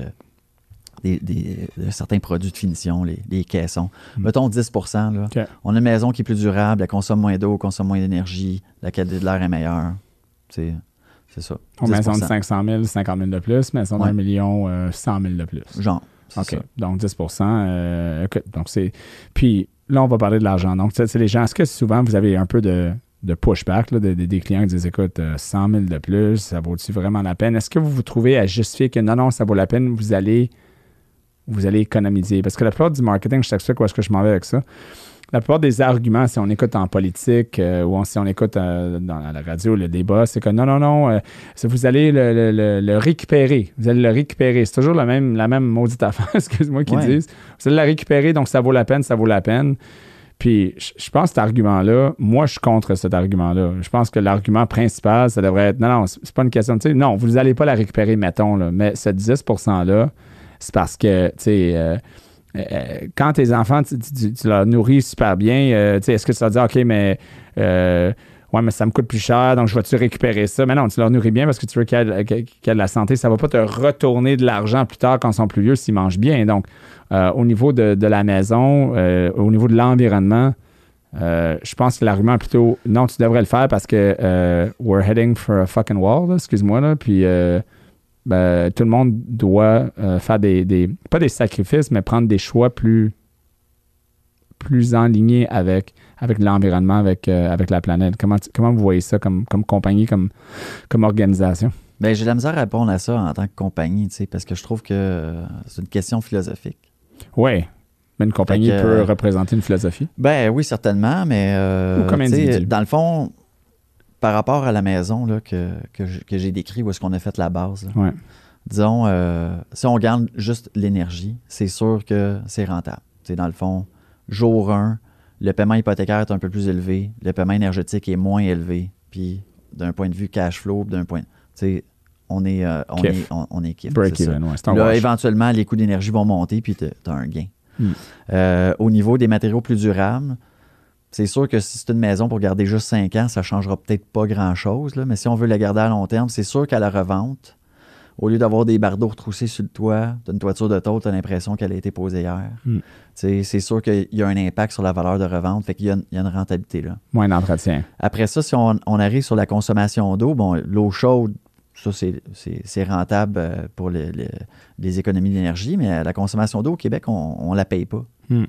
Des, des, de certains produits de finition, les, les caissons. Mm. Mettons dix pour cent. Là. Okay. On a une maison qui est plus durable, elle consomme moins d'eau, consomme moins d'énergie, la qualité de l'air est meilleure. C'est, c'est ça. Une maison de cinq cent mille, cinquante mille de plus, maison ouais. d'un million, euh, cent mille de plus. Genre. C'est OK. Ça. Donc dix pour cent. Euh, okay. Donc c'est. Puis là, on va parler de l'argent. Donc, c'est les gens, est-ce que souvent vous avez un peu de, de pushback là, de, de, des clients qui disent écoute, euh, cent mille de plus, ça vaut-tu vraiment la peine? Est-ce que vous vous trouvez à justifier que non, non, ça vaut la peine, vous allez vous allez économiser. Parce que la plupart du marketing, je t'explique où est-ce que je m'en vais avec ça. La plupart des arguments, si on écoute en politique euh, ou on, si on écoute euh, dans la radio, le débat, c'est que non, non, non, euh, vous allez le, le, le, le récupérer. Vous allez le récupérer. C'est toujours la même, la même maudite affaire, excuse-moi, qu'ils ouais. disent. Vous allez la récupérer, donc ça vaut la peine, ça vaut la peine. Puis, je pense que cet argument-là, moi, je suis contre cet argument-là. Je pense que l'argument principal, ça devrait être, non, non, c'est pas une question, tu sais, non, vous n'allez pas la récupérer, mettons, là, mais ce dix pour cent-là, c'est parce que, tu sais, euh, euh, quand tes enfants, tu, tu, tu leur nourris super bien, euh, tu sais, est-ce que ça va dire, OK, mais, euh, ouais, mais ça me coûte plus cher, donc je vais-tu récupérer ça? Mais non, tu leur nourris bien parce que tu veux qu'il y ait, qu'il y ait de la santé. Ça ne va pas te retourner de l'argent plus tard quand ils sont plus vieux s'ils mangent bien. Donc, euh, au niveau de, de la maison, euh, au niveau de l'environnement, euh, je pense que l'argument est plutôt non, tu devrais le faire parce que euh, we're heading for a fucking wall, là, excuse-moi, là, puis euh, ben, tout le monde doit euh, faire des, des, pas des sacrifices, mais prendre des choix plus, plus enlignés avec, avec l'environnement, avec, euh, avec la planète. Comment, comment vous voyez ça comme, comme compagnie, comme, comme organisation? Bien, j'ai de la misère à répondre à ça en tant que compagnie, tu sais, parce que je trouve que euh, c'est une question philosophique. Oui, mais une compagnie que, peut représenter une philosophie. Ben oui, certainement, mais euh, ou comme individu. Dans le fond, par rapport à la maison là, que, que, que j'ai décrit, où est-ce qu'on a fait la base, là, ouais. disons, euh, si on garde juste l'énergie, c'est sûr que c'est rentable. T'sais, dans le fond, jour un, le paiement hypothécaire est un peu plus élevé, le paiement énergétique est moins élevé, puis d'un point de vue cash flow, d'un point, t'sais, on est, euh, on est, on, on est kiff. Break even, ouais, c'est un Là, wash. éventuellement, les coûts d'énergie vont monter, puis tu as un gain. Mm. Euh, au niveau des matériaux plus durables, c'est sûr que si c'est une maison pour garder juste cinq ans, ça ne changera peut-être pas grand-chose, là, mais si on veut la garder à long terme, c'est sûr qu'à la revente, au lieu d'avoir des bardeaux retroussés sur le toit, tu as une toiture de tôle, tu as l'impression qu'elle a été posée hier. Mm. C'est sûr qu'il y a un impact sur la valeur de revente, fait qu'il y a une, il y a une rentabilité là. Moins d'entretien. Après ça, si on, on arrive sur la consommation d'eau, bon, l'eau chaude, ça, c'est rentable pour les, les, les économies d'énergie, mais la consommation d'eau au Québec, on ne la paye pas. Mm.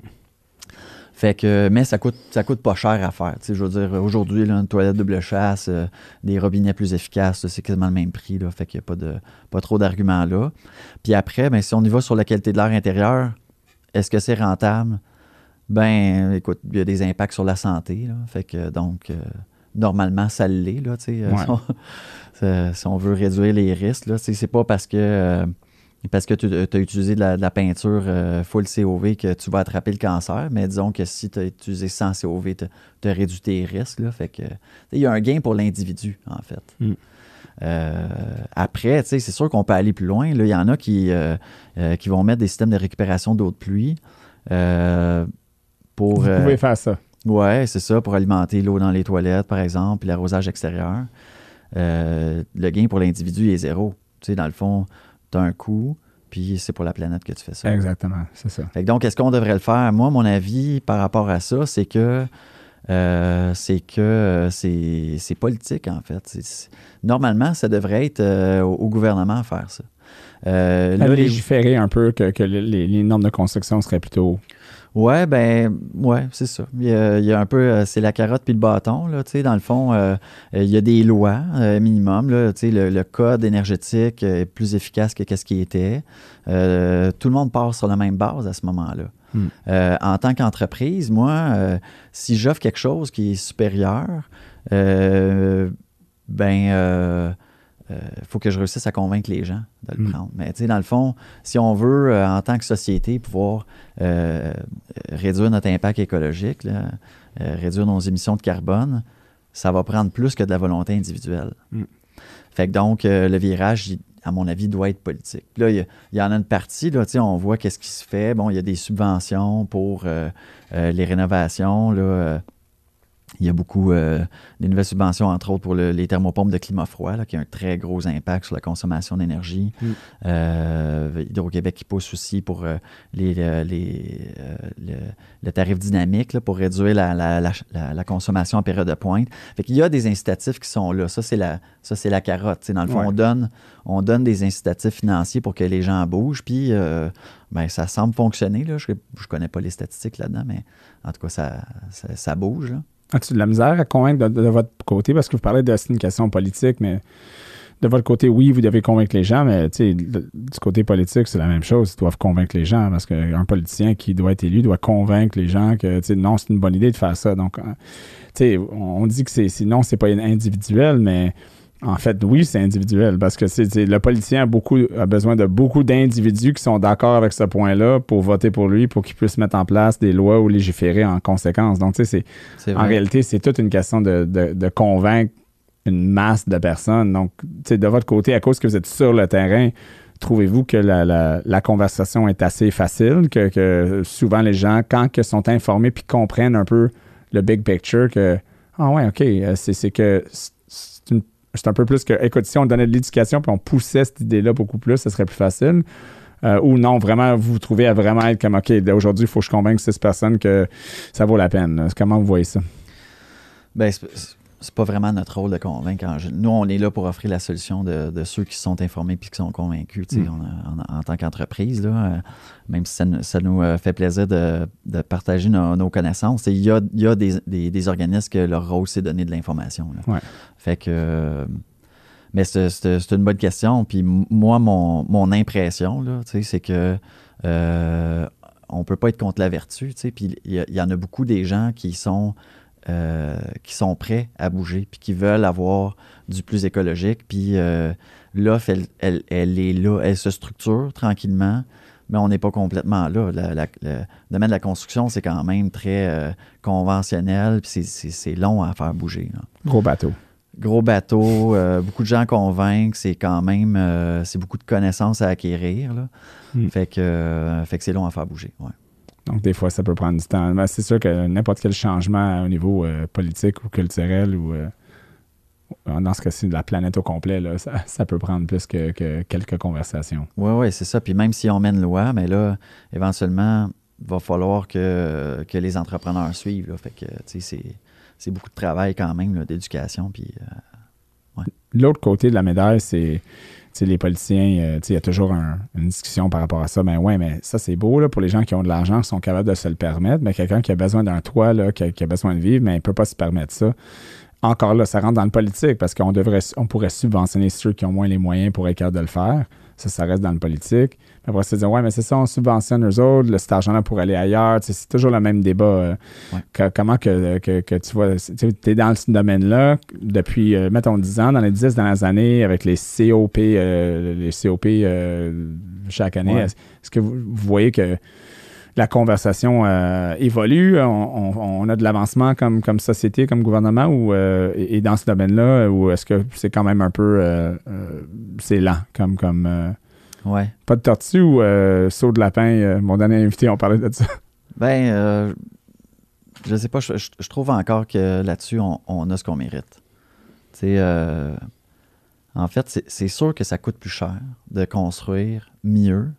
Fait que, mais ça coûte, ça coûte pas cher à faire. Je veux dire, aujourd'hui, une toilette double chasse, euh, des robinets plus efficaces, c'est quasiment le même prix. Là, fait qu'il n'y a pas, de, pas trop d'arguments là. Puis après, ben, si on y va sur la qualité de l'air intérieur, est-ce que c'est rentable? Ben, écoute, il y a des impacts sur la santé. Là, fait que, donc, euh, normalement, ça l'est. Là, ouais. si, on, si on veut réduire les risques, là, c'est pas parce que... Euh, Parce que tu as utilisé de la, de la peinture euh, full C O V que tu vas attraper le cancer, mais disons que si tu as utilisé sans C O V, tu as réduit tes risques. Là, fait que il y a un gain pour l'individu, en fait. Mm. Euh, après, c'est sûr qu'on peut aller plus loin. Il y en a qui, euh, euh, qui vont mettre des systèmes de récupération d'eau de pluie. Euh, pour, Vous pouvez euh, faire ça. Oui, c'est ça, pour alimenter l'eau dans les toilettes, par exemple, puis l'arrosage extérieur. Euh, le gain pour l'individu est zéro. Tu sais, dans le fond, tu as un coût, puis c'est pour la planète que tu fais ça. Exactement, c'est ça. Fait que donc, est-ce qu'on devrait le faire? Moi, mon avis par rapport à ça, c'est que euh, c'est que euh, c'est politique, en fait. C'est, normalement, ça devrait être euh, au, au gouvernement à faire ça. Euh, là, légiférer les... un peu que, que les, les normes de construction seraient plutôt... Ouais, ben, ouais, c'est ça. Il y, a, il y a un peu, euh, c'est la carotte puis le bâton, là, tu sais, dans le fond, euh, il y a des lois euh, minimum, là, tu sais, le, le code énergétique est plus efficace que ce qui était. Euh, tout le monde part sur la même base à ce moment-là. Mm. Euh, en tant qu'entreprise, moi, euh, si j'offre quelque chose qui est supérieur, euh, ben... Euh, il euh, faut que je réussisse à convaincre les gens de le mmh. prendre. Mais tu sais, dans le fond, si on veut, euh, en tant que société, pouvoir euh, réduire notre impact écologique, là, euh, réduire nos émissions de carbone, ça va prendre plus que de la volonté individuelle. Mmh. Fait que donc, euh, le virage, à mon avis, doit être politique. Là, il y, y en a une partie, là, tu sais, on voit qu'est-ce qui se fait. Bon, il y a des subventions pour euh, euh, les rénovations, là, euh, il y a beaucoup euh, des nouvelles subventions, entre autres pour le, les thermopompes de climat froid, là, qui a un très gros impact sur la consommation d'énergie. Mm. Euh, Hydro-Québec qui pousse aussi pour euh, les, les, les, euh, le, le tarif dynamique là, pour réduire la, la, la, la, la consommation en période de pointe. Fait qu'il y a des incitatifs qui sont là. Ça, c'est la, ça, c'est la carotte. T'sais, dans le fond, ouais. on, donne, on donne des incitatifs financiers pour que les gens bougent. Puis, euh, ben, ça semble fonctionner. Là. Je ne connais pas les statistiques là-dedans, mais en tout cas, ça, ça, ça bouge. Là. As-tu de la misère à convaincre de, de, de votre côté? Parce que vous parlez de c'est une question politique, mais de votre côté, oui, vous devez convaincre les gens, mais du côté politique, c'est la même chose. Ils doivent convaincre les gens parce qu'un politicien qui doit être élu doit convaincre les gens que non, c'est une bonne idée de faire ça. Donc, on dit que c'est sinon, c'est pas individuel, mais en fait, oui, c'est individuel parce que c'est, c'est, le politicien a, beaucoup, a besoin de beaucoup d'individus qui sont d'accord avec ce point-là pour voter pour lui, pour qu'il puisse mettre en place des lois ou légiférer en conséquence. Donc, tu sais, c'est, c'est en réalité, c'est toute une question de, de, de convaincre une masse de personnes. Donc, tu sais, de votre côté, à cause que vous êtes sur le terrain, trouvez-vous que la, la, la conversation est assez facile, que, que souvent les gens, quand ils sont informés puis comprennent un peu le big picture, que ah ouais, OK, c'est, c'est que c'est, une, c'est un peu plus que, écoute, si on donnait de l'éducation puis on poussait cette idée-là beaucoup plus, ce serait plus facile. Euh, ou non, vraiment, vous vous trouvez à vraiment être comme, OK, aujourd'hui, il faut que je convainque six personnes que ça vaut la peine. Comment vous voyez ça? Bien, c'est, c'est pas vraiment notre rôle de convaincre. Nous, on est là pour offrir la solution de, de ceux qui se sont informés puis qui sont convaincus, tu sais, mm. on a, en, en tant qu'entreprise, là, euh, même si ça, ça nous euh, fait plaisir de, de partager nos, nos connaissances. Il y a, y a des, des, des organismes que leur rôle, c'est de donner de l'information. Là. Ouais. Fait que... Euh, mais c'est, c'est, c'est une bonne question. Puis moi, mon, mon impression, là, tu sais, c'est que euh, on peut pas être contre la vertu, tu sais. Puis il y, y en a beaucoup des gens qui sont... Euh, qui sont prêts à bouger puis qui veulent avoir du plus écologique. Puis euh, l'offre, elle, elle, elle est là, elle se structure tranquillement, mais on n'est pas complètement là. La, la, le domaine de la construction, c'est quand même très euh, conventionnel puis c'est, c'est, c'est long à faire bouger. Là. Gros bateau. Gros bateau, euh, beaucoup de gens convaincent, c'est quand même, euh, c'est beaucoup de connaissances à acquérir. Là. Mm. Fait que, euh, fait que c'est long à faire bouger, ouais. Donc, des fois, ça peut prendre du temps. Mais c'est sûr que n'importe quel changement au niveau euh, politique ou culturel ou, euh, dans ce cas-ci, de la planète au complet, là, ça, ça peut prendre plus que, que quelques conversations. Oui, oui, c'est ça. Puis même si on met une loi, mais là, éventuellement, il va falloir que, que les entrepreneurs suivent. Là. Fait que, tu sais, c'est, c'est beaucoup de travail quand même, là, d'éducation. Puis, euh, ouais. L'autre côté de la médaille, c'est... T'sais, les politiciens, euh, il y a toujours un, une discussion par rapport à ça. Ben ouais, mais ça, c'est beau là, pour les gens qui ont de l'argent, qui sont capables de se le permettre. Mais quelqu'un qui a besoin d'un toit, là, qui, a, qui a besoin de vivre, mais il ne peut pas se permettre ça. Encore là, ça rentre dans le politique parce qu'on devrait, on pourrait subventionner ceux qui ont moins les moyens pour être capable de le faire. Ça, ça reste dans le politique. Mais après, se dire, ouais, mais c'est ça, on subventionne eux autres, le, cet argent-là pour aller ailleurs. C'est toujours le même débat. Euh, ouais. que, comment que, que, que tu vois, tu es dans ce domaine-là depuis, euh, mettons, dix ans, dans les dix dernières années, avec les C O P, euh, les C O P euh, chaque année. Ouais. Est-ce, est-ce que vous, vous voyez que la conversation euh, évolue, on, on, on a de l'avancement comme, comme société, comme gouvernement, ou euh, et, et dans ce domaine-là, ou est-ce que c'est quand même un peu euh, euh, c'est lent, comme comme euh, ouais. Pas de tortue ou euh, saut de lapin? Euh, mon dernier invité, on parlait de ça. Ben, euh, je sais pas, je, je, je trouve encore que là-dessus, on, on a ce qu'on mérite. Tu sais, euh, en fait, c'est, c'est sûr que ça coûte plus cher de construire mieux.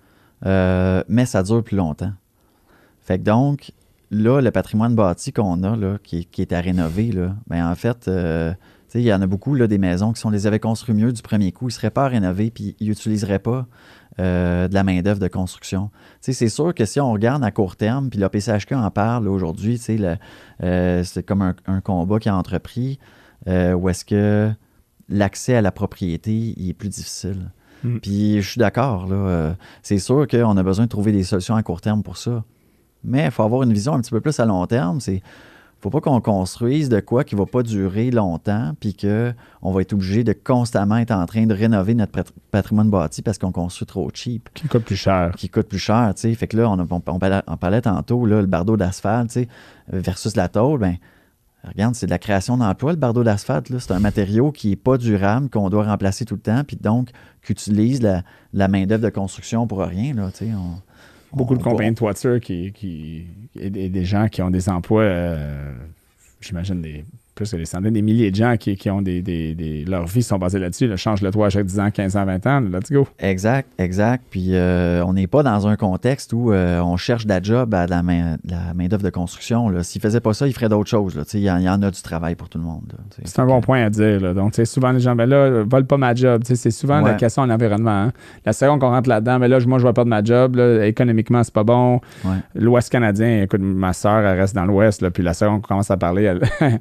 Euh, mais ça dure plus longtemps. Fait que donc, là, le patrimoine bâti qu'on a, là, qui, qui est à rénover, là, ben en fait, euh, il y en a beaucoup, là, des maisons qui sont les avaient construits mieux du premier coup. Ils ne seraient pas à rénover puis ils n'utiliseraient pas euh, de la main-d'œuvre de construction. T'sais, c'est sûr que si on regarde à court terme, puis le P C H Q en parle là, aujourd'hui, le, euh, c'est comme un, un combat qui a entrepris euh, où est-ce que l'accès à la propriété il est plus difficile. Mm. Puis je suis d'accord, là. Euh, c'est sûr qu'on a besoin de trouver des solutions à court terme pour ça. Mais il faut avoir une vision un petit peu plus à long terme. Il ne faut pas qu'on construise de quoi qui ne va pas durer longtemps puis qu'on va être obligé de constamment être en train de rénover notre patrimoine bâti parce qu'on construit trop cheap. Qui coûte plus cher. Qui coûte plus cher, tu sais. Fait que là, on, a, on, on, parlait, on parlait tantôt, là, le bardeau d'asphalte, tu sais, versus la tôle, bien, regarde, c'est de la création d'emploi, le bardeau d'asphalte. Là. C'est un matériau qui n'est pas durable, qu'on doit remplacer tout le temps, puis donc qu'utilise la, la main-d'œuvre de construction pour rien. Là, on, Beaucoup on, de compagnies de toiture qui, qui, et des gens qui ont des emplois, euh, j'imagine, des, plus que des centaines, des milliers de gens qui, qui ont des, des, des. Leurs vies sont basées là-dessus. Là, change le toit à chaque dix ans, quinze ans, vingt ans. Let's go. Exact, exact. Puis euh, on n'est pas dans un contexte où euh, on cherche de la job à de la, main, de la main-d'œuvre de construction. Là. S'ils ne faisaient pas ça, ils feraient d'autres choses. Il y, y en a du travail pour tout le monde. Là, c'est un bon point à dire. Là. Donc, souvent, les gens, ben là, vole pas ma job. T'sais, c'est souvent ouais. la question en environnement. Hein. La seconde qu'on rentre là-dedans, ben là, moi, je ne vais perdre ma job. Là, économiquement, c'est pas bon. Ouais. L'Ouest canadien, écoute, ma soeur, elle reste dans l'Ouest. Là, puis la seconde qu'on commence à parler, elle,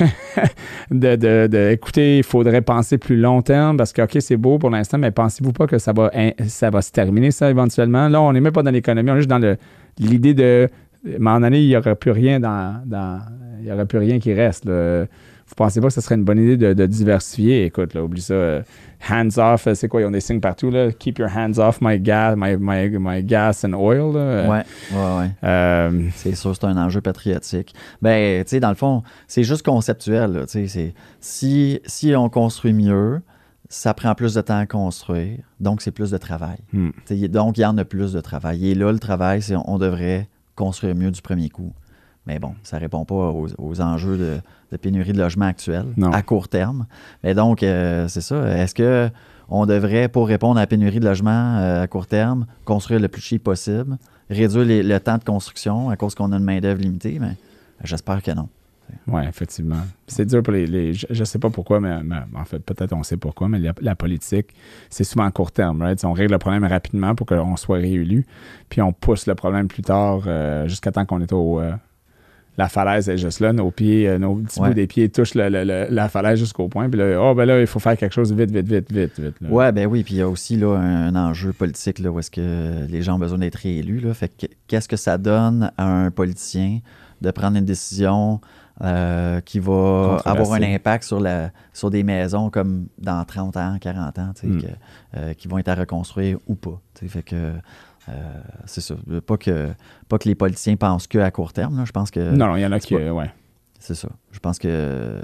de, de, de, écoutez, il faudrait penser plus long terme parce que, OK, c'est beau pour l'instant, mais pensez-vous pas que ça va, ça va se terminer, ça, éventuellement? Là, on n'est même pas dans l'économie, on est juste dans le, l'idée de, à un moment donné, il n'y aurait plus rien dans, dans il n'y aurait plus rien qui reste, là. Vous pensez pas que ce serait une bonne idée de, de diversifier? Écoute, là, oublie ça. Euh, hands off, c'est quoi? Ils ont des signes partout, là. Keep your hands off my gas, my, my, my gas and oil, là. Ouais, ouais, ouais. Euh, c'est sûr, c'est un enjeu patriotique. Ben, tu sais, dans le fond, c'est juste conceptuel, là. Tu sais, c'est, si, si on construit mieux, ça prend plus de temps à construire, donc c'est plus de travail. Hmm. Donc, il y en a plus de travail. Et là, le travail, c'est on devrait construire mieux du premier coup. Mais bon, ça ne répond pas aux, aux enjeux de, de pénurie de logement actuels à court terme. Mais donc, euh, c'est ça. Est-ce qu'on devrait, pour répondre à la pénurie de logement euh, à court terme, construire le plus cheap possible, réduire les, le temps de construction à cause qu'on a une main-d'œuvre limitée? Mais j'espère que non. Oui, effectivement. C'est dur pour les... les je ne sais pas pourquoi, mais, mais en fait, peut-être on sait pourquoi, mais la, la politique, c'est souvent à court terme. Right? On règle le problème rapidement pour qu'on soit réélu, puis on pousse le problème plus tard euh, jusqu'à temps qu'on est au... Euh, la falaise est juste là, nos pieds, euh, nos petits ouais. bouts des pieds touchent le, le, le, la falaise jusqu'au point. Puis là, oh, ben là, il faut faire quelque chose vite, vite, vite, vite, vite. Là. Ouais, ben oui. Puis il y a aussi là, un, un enjeu politique là, où est-ce que les gens ont besoin d'être réélus. Là. Fait que qu'est-ce que ça donne à un politicien de prendre une décision euh, qui va avoir un impact sur, la, sur des maisons comme dans trente ans, quarante ans, mm. que, euh, qui vont être à reconstruire ou pas. Fait que. Euh, c'est ça. Pas que, pas que les politiciens pensent qu'à court terme. Là. Je pense que. Non, non, il y en a qui. Pas, ouais. C'est ça. Je pense que, euh,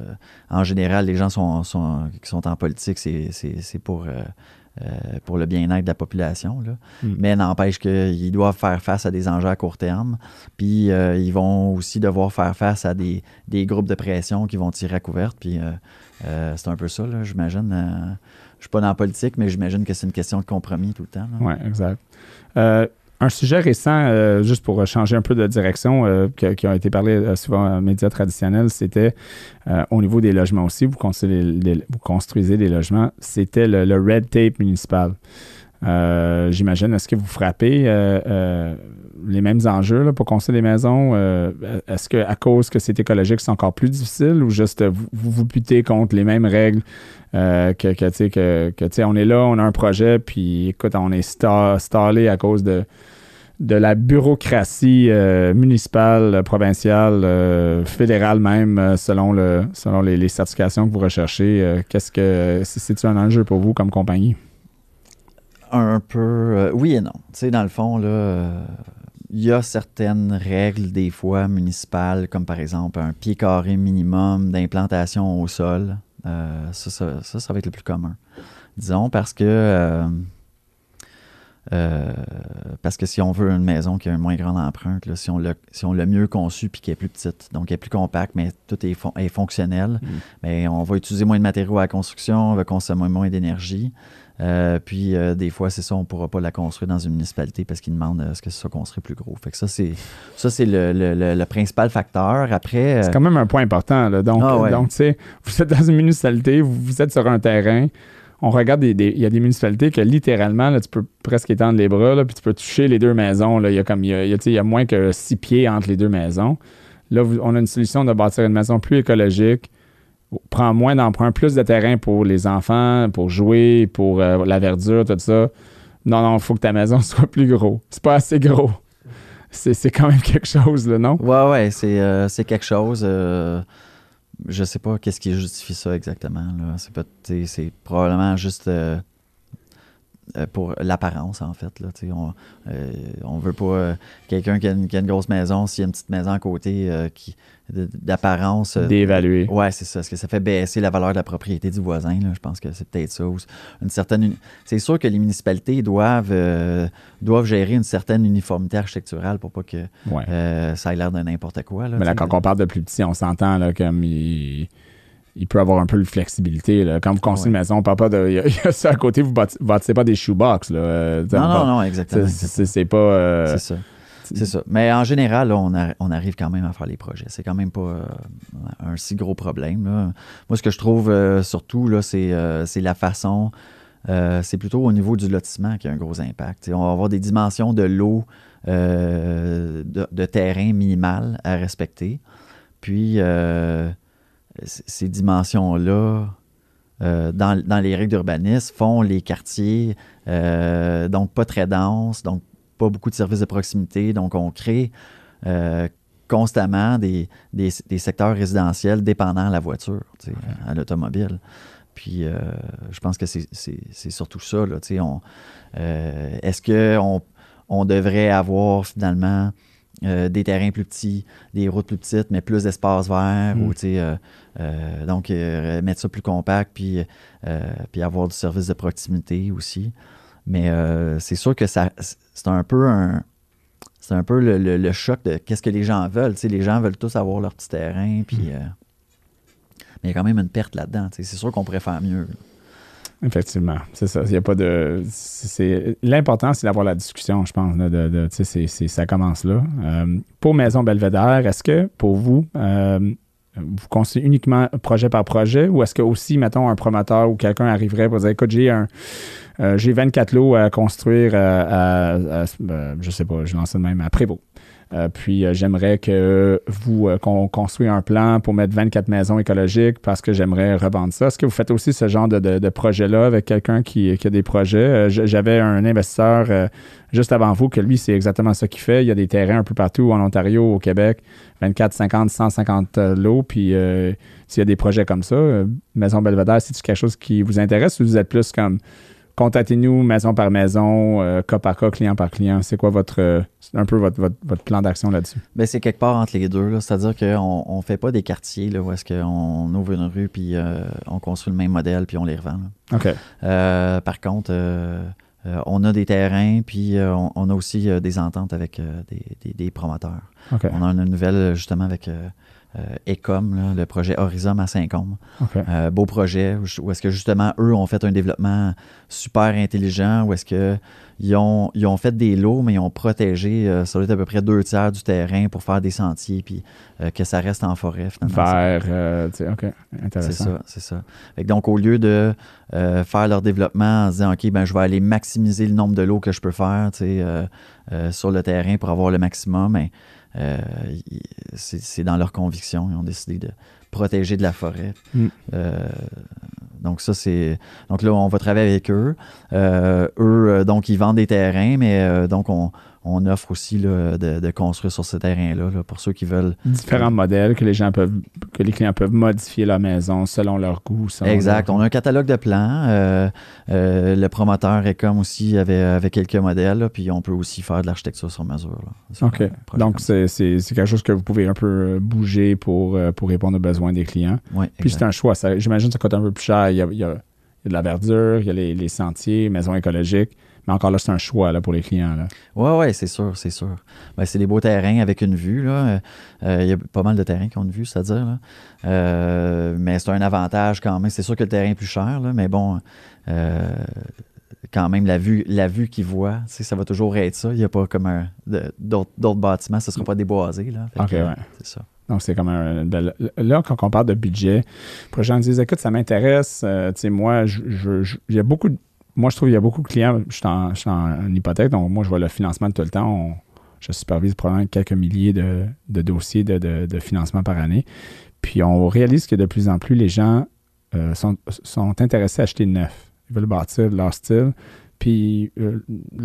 en général, les gens sont, sont, qui sont en politique, c'est, c'est, c'est pour, euh, euh, pour le bien-être de la population. Là. Mm. Mais n'empêche qu'ils doivent faire face à des enjeux à court terme. Puis, euh, ils vont aussi devoir faire face à des, des groupes de pression qui vont tirer à couverte. Puis, euh, euh, c'est un peu ça, là, j'imagine. Euh, je ne suis pas dans la politique, mais j'imagine que c'est une question de compromis tout le temps. Oui, exact. Euh, un sujet récent, euh, juste pour changer un peu de direction, euh, qui, qui a été parlé euh, souvent aux médias traditionnels, c'était euh, au niveau des logements aussi, vous construisez, les, vous construisez des logements, c'était le, le red tape municipal. Euh, j'imagine, est-ce que vous frappez euh, euh, les mêmes enjeux là, pour construire des maisons? Euh, est-ce qu'à cause que c'est écologique, c'est encore plus difficile ou juste vous vous, vous butez contre les mêmes règles euh, que, que tu sais, que, que, on est là, on a un projet, puis écoute, on est star, stallé à cause de, de la bureaucratie euh, municipale, provinciale, euh, fédérale même, selon, le, selon les, les certifications que vous recherchez. Euh, qu'est-ce que c'est-tu un enjeu pour vous comme compagnie? Un peu, euh, oui et non. Tu sais, dans le fond, là, euh, il y a certaines règles, des fois, municipales, comme par exemple un pied carré minimum d'implantation au sol. Euh, ça, ça, ça, ça va être le plus commun. Disons, parce que euh, euh, parce que si on veut une maison qui a une moins grande empreinte, là, si on l'a si on l'a mieux conçue puis qui est plus petite, donc qui est plus compacte, mais tout est, fon- est fonctionnel, mmh. mais on va utiliser moins de matériaux à la construction, on va consommer moins d'énergie. Euh, puis euh, des fois, c'est ça, on ne pourra pas la construire dans une municipalité parce qu'ils demandent à ce que ce soit construit plus gros. Fait que ça, c'est ça, c'est le, le, le, le principal facteur. Après, euh... c'est quand même un point important. Là. Donc, ah, ouais. donc tu sais, vous êtes dans une municipalité, vous, vous êtes sur un terrain. On regarde, il y a des municipalités que littéralement, là, tu peux presque étendre les bras, là, puis tu peux toucher les deux maisons. Il y a comme il y a, y a moins que six pieds entre les deux maisons. Là, vous, on a une solution de bâtir une maison plus écologique. Prend moins d'emprunt, plus de terrain pour les enfants, pour jouer, pour euh, la verdure, tout ça. Non, non, il faut que ta maison soit plus gros. C'est pas assez gros. C'est, c'est quand même quelque chose, là, non? Ouais, ouais, c'est, euh, c'est quelque chose. Euh, je sais pas qu'est-ce qui justifie ça exactement. Là. C'est, pas, c'est probablement juste euh, pour l'apparence, en fait. Là, on euh, on veut pas euh, quelqu'un qui a, une, qui a une grosse maison, s'il y a une petite maison à côté euh, qui d'apparence. Euh, D'évaluer. Ouais, c'est ça. Est-ce que ça fait baisser la valeur de la propriété du voisin? Là? Je pense que c'est peut-être ça. Une certaine, c'est sûr que les municipalités doivent, euh, doivent gérer une certaine uniformité architecturale pour pas que ouais. euh, ça ait l'air de n'importe quoi. Là, mais là, quand on parle de plus petit, on s'entend là, comme il, il peut avoir un peu de flexibilité. Là. Quand vous construisez ouais. une maison, on parle pas de. Il y, y a ça à côté, vous ne bâtissez pas des shoebox. Là. Euh, non, non, non, exactement. C'est, c'est, c'est pas. Euh, c'est ça. C'est ça. Mais en général, là, on, a, on arrive quand même à faire les projets. C'est quand même pas euh, un si gros problème. Là. Moi, ce que je trouve euh, surtout, là, c'est, euh, c'est la façon... Euh, c'est plutôt au niveau du lotissement qui a un gros impact. T'sais, on va avoir des dimensions de lot euh, de, de terrain minimal à respecter. Puis, euh, ces dimensions-là, euh, dans, dans les règles d'urbanisme, font les quartiers, euh, donc pas très denses, donc pas beaucoup de services de proximité. Donc, on crée euh, constamment des, des, des secteurs résidentiels dépendant à la voiture, tu sais, ouais. à l'automobile. Puis, euh, je pense que c'est, c'est, c'est surtout ça. Là, tu sais, on, euh, est-ce qu'on on devrait avoir finalement euh, des terrains plus petits, des routes plus petites, mais plus d'espace vert, mm. ou tu sais, euh, euh, donc euh, mettre ça plus compact, puis, euh, puis avoir du service de proximité aussi. Mais euh, c'est sûr que ça, c'est un peu un, c'est un peu le, le, le choc de qu'est-ce que les gens veulent. Tu sais, les gens veulent tous avoir leur petit terrain, puis mm. euh, mais il y a quand même une perte là-dedans. Tu sais, c'est sûr qu'on pourrait faire mieux. Effectivement, c'est ça. Il y a pas de. C'est, l'important, c'est d'avoir la discussion, je pense. Là, de, de, tu sais, c'est, c'est, ça commence là. Euh, pour Maison Belvédère, est-ce que pour vous, euh, vous construisez uniquement projet par projet, ou est-ce que aussi, mettons, un promoteur ou quelqu'un arriverait pour dire, écoute, j'ai un. Euh, j'ai vingt-quatre lots à construire à, à, à, à euh, je sais pas, je lance ça de même à Prévost. Euh, puis euh, j'aimerais que vous euh, qu'on construise un plan pour mettre vingt-quatre maisons écologiques parce que j'aimerais revendre ça. Est-ce que vous faites aussi ce genre de, de, de projet-là avec quelqu'un qui, qui a des projets? Euh, j'avais un investisseur euh, juste avant vous que lui, c'est exactement ça qu'il fait. Il y a des terrains un peu partout en Ontario, au Québec, vingt-quatre, cinquante, cent cinquante lots. Puis euh, s'il y a des projets comme ça, euh, Maison Belvédère, c'est-tu quelque chose qui vous intéresse ou vous êtes plus comme contactez-nous maison par maison, euh, cas par cas, client par client. C'est quoi votre euh, un peu votre, votre, votre plan d'action là-dessus? Bien, c'est quelque part entre les deux. Là. C'est-à-dire qu'on ne fait pas des quartiers là, où est-ce qu'on ouvre une rue puis euh, on construit le même modèle puis on les revend. Là. OK. Euh, par contre, euh, euh, on a des terrains puis euh, on, on a aussi euh, des ententes avec euh, des, des, des promoteurs. Okay. On a une nouvelle justement avec euh, euh, Ecom, là, le projet Horizon à Saint-Côme. Okay. Euh, beau projet où, où est-ce que justement eux ont fait un développement super intelligent, où est-ce que ils ont, ils ont fait des lots, mais ils ont protégé, euh, ça doit être à peu près deux tiers du terrain pour faire des sentiers, puis euh, que ça reste en forêt, finalement. Vert, euh, tu sais, OK, intéressant. C'est ça, c'est ça. Fait que donc, au lieu de euh, faire leur développement en se disant, OK, ben je vais aller maximiser le nombre de lots que je peux faire, tu sais, euh, euh, sur le terrain pour avoir le maximum, ben, euh, c'est, c'est dans leur conviction. Ils ont décidé de protéger de la forêt. Mm. Euh, Donc, ça, c'est. Donc là, on va travailler avec eux. Euh, eux, euh, donc, ils vendent des terrains, mais euh, donc, on, on offre aussi là, de, de construire sur ces terrains-là là, pour ceux qui veulent. Différents euh, modèles que les gens peuvent, que les clients peuvent modifier leur maison selon leur goût. Selon exact. Leur... On a un catalogue de plans. Euh, euh, le promoteur Ecom aussi avait, avait quelques modèles, là, puis on peut aussi faire de l'architecture sur mesure. Là, OK. Donc, c'est, c'est, c'est quelque chose que vous pouvez un peu bouger pour, pour répondre aux besoins des clients. Oui, puis c'est un choix. Ça, j'imagine que ça coûte un peu plus cher. Il y a, il y a, il y a de la verdure, il y a les, les sentiers, maisons écologiques. Mais encore là, c'est un choix là, pour les clients. Oui, oui, c'est sûr, c'est sûr. Ben, c'est des beaux terrains avec une vue. Là. Euh, il y a pas mal de terrains qui ont une vue, c'est-à-dire. Là. Euh, mais c'est un avantage quand même. C'est sûr que le terrain est plus cher, là, mais bon, euh, quand même, la vue, la vue qu'ils voient, ça va toujours être ça. Il n'y a pas comme un, de, d'autres, d'autres bâtiments, ce ne sera pas déboisé. Là. Fait OK, que, ouais. C'est ça. Donc, c'est comme un bel... Là, quand on parle de budget, pour les gens disent, écoute, ça m'intéresse. Euh, tu sais, moi, je, je, je, il y a beaucoup de... Moi, je trouve qu'il y a beaucoup de clients. Je suis en, je suis en hypothèque, donc moi, je vois le financement tout le temps. On, je supervise probablement quelques milliers de, de dossiers de, de, de financement par année. Puis, on réalise que de plus en plus, les gens euh, sont, sont intéressés à acheter neuf. Ils veulent bâtir leur style. Puis, euh,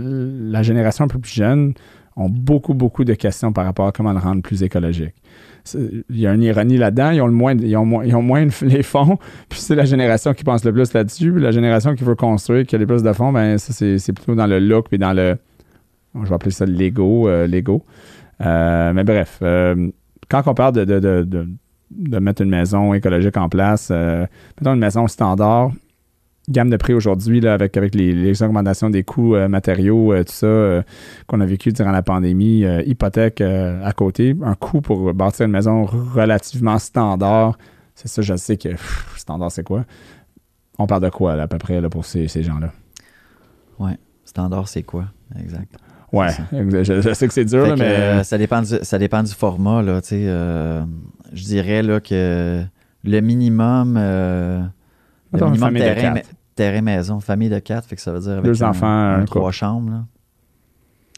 la génération un peu plus jeune ont beaucoup, beaucoup de questions par rapport à comment le rendre plus écologique. C'est, il y a une ironie là-dedans, ils ont, le moins, ils ont, moins, ils ont moins les fonds, puis c'est la génération qui pense le plus là-dessus, puis la génération qui veut construire, qui a le plus de fonds, ben ça, c'est, c'est plutôt dans le look, puis dans le, je vais appeler ça le Lego, euh, Lego. Euh, mais bref, euh, quand on parle de, de, de, de, de mettre une maison écologique en place, euh, mettons une maison standard, gamme de prix aujourd'hui, là, avec, avec les, les augmentations des coûts euh, matériaux, euh, tout ça, euh, qu'on a vécu durant la pandémie, euh, hypothèque euh, à côté, un coût pour bâtir une maison relativement standard, c'est ça, je sais que pff, standard, c'est quoi? On parle de quoi, là, à peu près, là, pour ces, ces gens-là? Oui, standard, c'est quoi? Exact. Ouais, je, je sais que c'est dur, là, que, mais... Euh, ça, dépend du, ça dépend du format, là, tu sais. Euh, je dirais, là, que le minimum... Euh, le Attends, minimum terrain... de Terrain maison, famille de quatre, fait que ça veut dire avec deux un, enfants, un, un trois chambres. Là.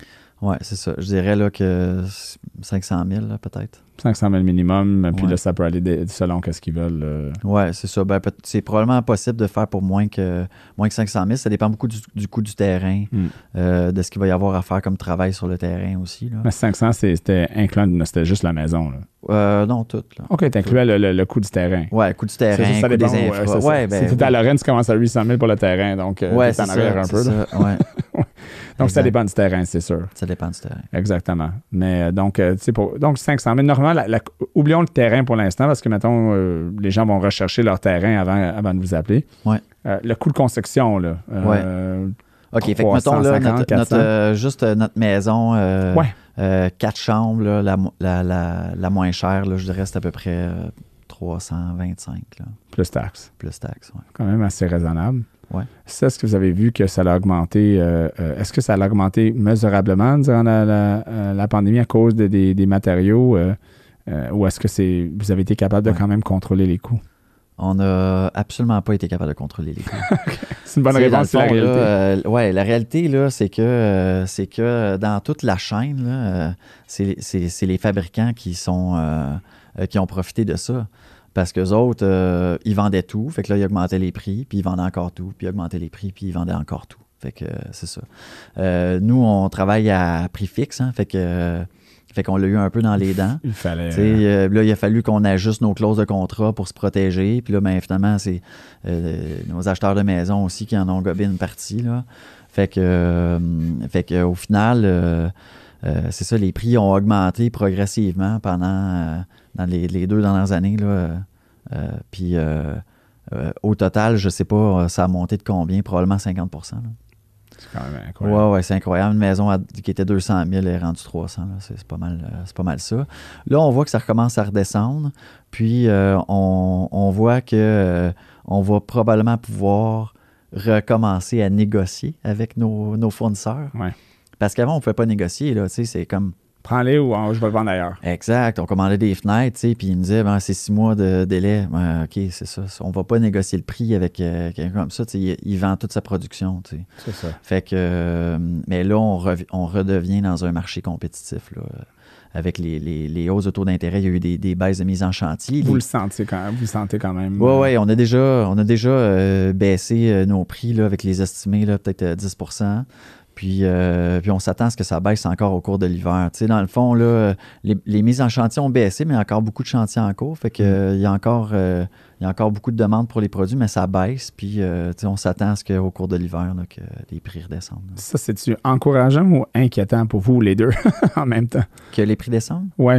Oui, c'est ça. Je dirais là, que cinq cent mille, là, peut-être. cinq cent mille minimum, puis ouais. là, ça peut aller de, selon ce qu'ils veulent. Euh... Oui, c'est ça. Ben, c'est probablement possible de faire pour moins que, moins que cinq cent mille. Ça dépend beaucoup du, du coût du terrain, mm. euh, de ce qu'il va y avoir à faire comme travail sur le terrain aussi. Là. Mais cinq cents, c'était inclus, c'était juste la maison. Là. Euh, non, tout. Là. OK, tu incluais le, le, le coût du terrain. Oui, le coût du terrain, ça, ça coût dépend, des infras. Ouais, ouais, ben, si tu es à Lorraine, tu commences à huit cent mille pour le terrain, donc euh, ouais, tu es en arrière un peu. Là. Ça, ouais. Donc, exact. Ça dépend du terrain, c'est sûr. Ça dépend du terrain. Exactement. Mais donc, euh, tu sais, pour donc cinq cent mille, normalement, la, la, oublions le terrain pour l'instant parce que, mettons, euh, les gens vont rechercher leur terrain avant, avant de vous appeler. Ouais. Euh, le coût de construction, là. Euh, ouais. OK, fait que mettons, là, notre, notre, euh, juste euh, notre maison, euh, ouais. euh, quatre chambres, là, la, la, la, la moins chère, là, je dirais, c'est à peu près euh, trois cent vingt-cinq. Là. Plus taxes. Plus taxes, oui. Quand même assez raisonnable. Ouais. C'est ce que vous avez vu que ça a augmenté. Euh, euh, est-ce que ça a augmenté mesurablement durant la, la, la pandémie à cause de, des, des matériaux euh, euh, ou est-ce que c'est vous avez été capable de ouais. quand même contrôler les coûts? On n'a absolument pas été capable de contrôler les coûts. C'est une bonne T'sais, réponse, c'est la réalité. Euh, oui, la réalité, là, c'est que, euh, c'est que dans toute la chaîne, là, euh, c'est, c'est, c'est les fabricants qui, sont, euh, euh, qui ont profité de ça. Parce qu'eux autres, euh, ils vendaient tout. Fait que là, ils augmentaient les prix, puis ils vendaient encore tout, puis ils augmentaient les prix, puis ils vendaient encore tout. Fait que euh, c'est ça. Euh, nous, on travaille à prix fixe, hein, fait que... Euh, Fait qu'on l'a eu un peu dans les dents. Il fallait... Euh... Là, il a fallu qu'on ajuste nos clauses de contrat pour se protéger. Puis là, ben, finalement, c'est euh, nos acheteurs de maison aussi qui en ont gobé une partie. Là. Fait que, euh, fait que au final, euh, euh, c'est ça, les prix ont augmenté progressivement pendant euh, dans les, les deux dernières années. Là. Euh, puis euh, euh, au total, je sais pas, ça a monté de combien? Probablement cinquante pour cent. Là. C'est quand même incroyable. Oui, ouais, c'est incroyable. Une maison à, qui était deux cent mille est rendue trois cents. Là. C'est, c'est, pas mal, euh, c'est pas mal ça. Là, on voit que ça recommence à redescendre. Puis, euh, on, on voit que euh, on va probablement pouvoir recommencer à négocier avec nos, nos fournisseurs. Ouais. Parce qu'avant, on ne pouvait pas négocier. Là, c'est comme... Prends-les ou oh, je vais le vendre ailleurs. Exact. On commandait des fenêtres, puis ils nous disaient, ben, c'est six mois de délai. Ben, OK, c'est ça. On ne va pas négocier le prix avec euh, quelqu'un comme ça. Il, il vend toute sa production. T'sais. C'est ça. Fait que, euh, mais là, on, rev- on redevient dans un marché compétitif. Là, avec les, les, les hausses de taux d'intérêt, il y a eu des, des baisses de mise en chantier. Vous les... le sentez quand même. Vous le sentez quand même. Oui, euh... oui. On a déjà, on a déjà euh, baissé euh, nos prix là, avec les estimés, là, peut-être euh, dix pour cent. Puis, euh, puis on s'attend à ce que ça baisse encore au cours de l'hiver. Tu sais, dans le fond, là, les, les mises en chantier ont baissé, mais il y a encore beaucoup de chantiers en cours. Fait que, euh, il y a encore, euh, il y a encore beaucoup de demandes pour les produits, mais ça baisse. Puis euh, tu sais, on s'attend à ce qu'au cours de l'hiver, là, que les prix redescendent. Là. Ça, c'est-tu encourageant ou inquiétant pour vous, les deux, en même temps? Que les prix descendent? Oui.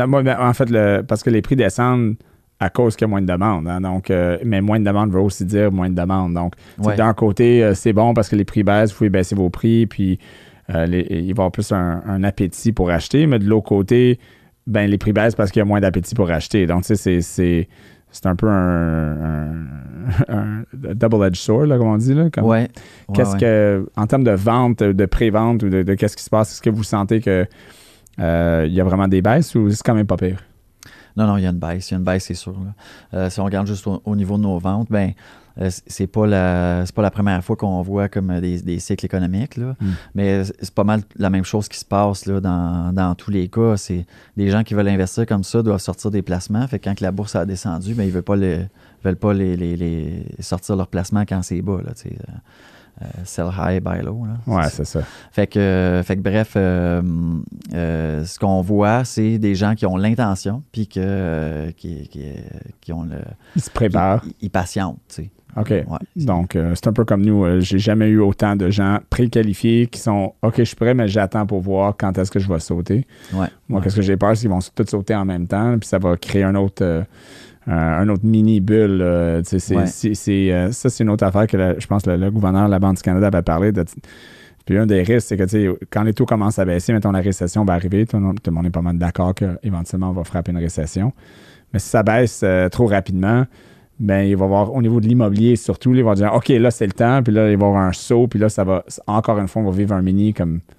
En fait, le, parce que les prix descendent à cause qu'il y a moins de demandes. Hein, donc, euh, mais moins de demandes veut aussi dire moins de demandes. Donc, ouais. d'un côté, euh, c'est bon parce que les prix baissent, vous pouvez baisser vos prix, puis euh, les, il va y avoir plus un, un appétit pour acheter. Mais de l'autre côté, ben, les prix baissent parce qu'il y a moins d'appétit pour acheter. Donc, tu sais, c'est, c'est, c'est un peu un, un, un double-edged sword, là, comme on dit. Là, comme, ouais. Qu'est-ce ouais, que, ouais. En termes de vente, de pré-vente ou de, de qu'est-ce qui se passe, est-ce que vous sentez qu'il euh, y a vraiment des baisses ou c'est quand même pas pire? Non, non, il y a une baisse. Il y a une baisse, c'est sûr. Là. Euh, si on regarde juste au, au niveau de nos ventes, ben euh, c'est pas la c'est pas la première fois qu'on voit comme des, des cycles économiques. Là. Mm. Mais c'est pas mal la même chose qui se passe là, dans, dans tous les cas. C'est des gens qui veulent investir comme ça doivent sortir des placements. Fait que quand la bourse a descendu, ben, ils veulent pas, les, veulent pas les, les, les sortir leurs placements quand c'est bas. Là, tu sais. Euh, sell high, buy low. Là. Ouais, c'est, c'est ça. Fait que, euh, fait que bref, euh, euh, ce qu'on voit, c'est des gens qui ont l'intention, puis que, euh, qui, qui, qui ont le... Ils se préparent. Ils, ils patientent, tu sais. OK. Ouais. Donc, euh, c'est un peu comme nous. Euh, j'ai jamais eu autant de gens préqualifiés qui sont « OK, je suis prêt, mais j'attends pour voir quand est-ce que je vais sauter. Ouais. » Moi, ouais. qu'est-ce que j'ai peur, c'est qu'ils vont tous sauter en même temps, puis ça va créer un autre... Euh, Euh, un autre mini-bulle. Euh, c'est, ouais. c'est, c'est, euh, ça, c'est une autre affaire que le, je pense que le, le gouverneur de la Banque du Canada avait parlé de. Puis un des risques, c'est que quand les taux commencent à baisser, mettons la récession va arriver, tout, tout le monde est pas mal d'accord qu'éventuellement on va frapper une récession. Mais si ça baisse euh, trop rapidement, ben il va y avoir, au niveau de l'immobilier surtout, il va dire OK, là c'est le temps, puis là il va y avoir un saut, puis là ça va, encore une fois, on va vivre un mini comme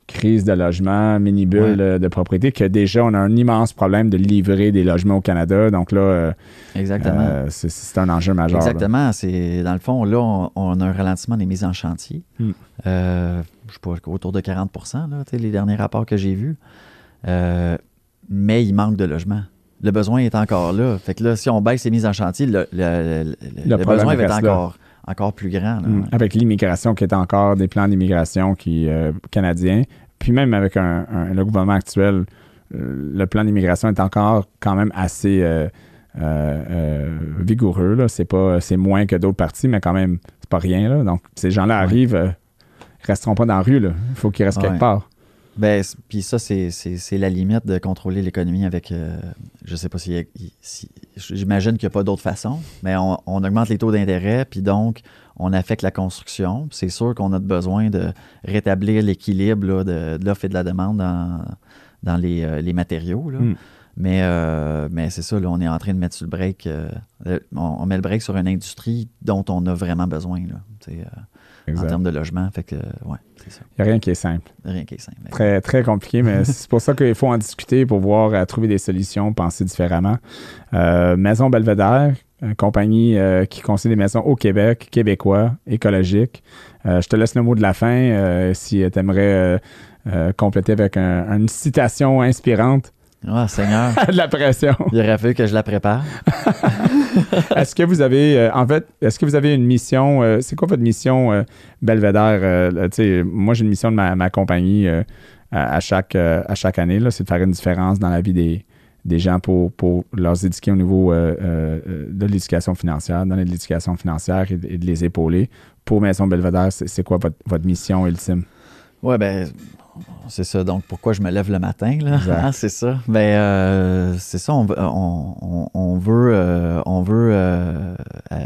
crise de logement, mini-bulle ouais. de propriété, que déjà, on a un immense problème de livrer des logements au Canada. Donc là, euh, Exactement. Euh, c'est, c'est un enjeu majeur. Exactement. Là. C'est, dans le fond, là, on, on a un ralentissement des mises en chantier. Mm. Euh, je ne sais pas, autour de quarante pour cent, là, les derniers rapports que j'ai vus. Euh, mais il manque de logements. Le besoin est encore là. Fait que là, si on baisse les mises en chantier, le, le, le, le, le besoin va être encore, encore plus grand. Là, mm. ouais. Avec l'immigration qui est encore, des plans d'immigration qui euh, canadiens, puis même avec un, un, le gouvernement actuel, euh, le plan d'immigration est encore quand même assez euh, euh, euh, vigoureux. Là. C'est, pas, c'est moins que d'autres partis, mais quand même, c'est pas rien. Là. Donc, ces gens-là ouais. arrivent, euh, ils resteront pas dans la rue. Là. Il faut qu'ils restent ouais. quelque part. Ben, puis ça, c'est, c'est, c'est la limite de contrôler l'économie avec, euh, je sais pas si, si j'imagine qu'il n'y a pas d'autre façon, mais on, on augmente les taux d'intérêt, puis donc, on affecte la construction. C'est sûr qu'on a besoin de rétablir l'équilibre là, de, de l'offre et de la demande dans, dans les, euh, les matériaux, là. Mm. Mais, euh, mais c'est ça, là, on est en train de mettre sur le break, euh, on, on met le break sur une industrie dont on a vraiment besoin, là, tu sais, euh, en termes de logement. Fait que, ouais, c'est ça. Il n'y a rien qui est simple. Rien qui est simple. Très, très compliqué, mais c'est pour ça qu'il faut en discuter pour voir euh, trouver des solutions, penser différemment. Euh, Maison Belvédère, une compagnie euh, qui construit des maisons au Québec, québécois, écologiques. Euh, je te laisse le mot de la fin euh, si tu aimerais euh, euh, compléter avec un, une citation inspirante. Ah, Seigneur. De la pression. Il aurait fallu que je la prépare. Est-ce que vous avez, euh, en fait, est-ce que vous avez une mission, euh, c'est quoi votre mission euh, Belvédère? Euh, tu sais, moi, j'ai une mission de ma, ma compagnie euh, à, à, chaque, euh, à chaque année, là, c'est de faire une différence dans la vie des, des gens pour, pour leur éduquer au niveau euh, euh, de l'éducation financière, donner de l'éducation financière et de, et de les épauler. Pour Maison Belvédère, c'est, c'est quoi votre, votre mission ultime? Oui, bien... C'est ça. Donc, pourquoi je me lève le matin, là? Ah, c'est ça. Ben, euh, c'est ça. On, on, on veut, euh, on veut euh, euh,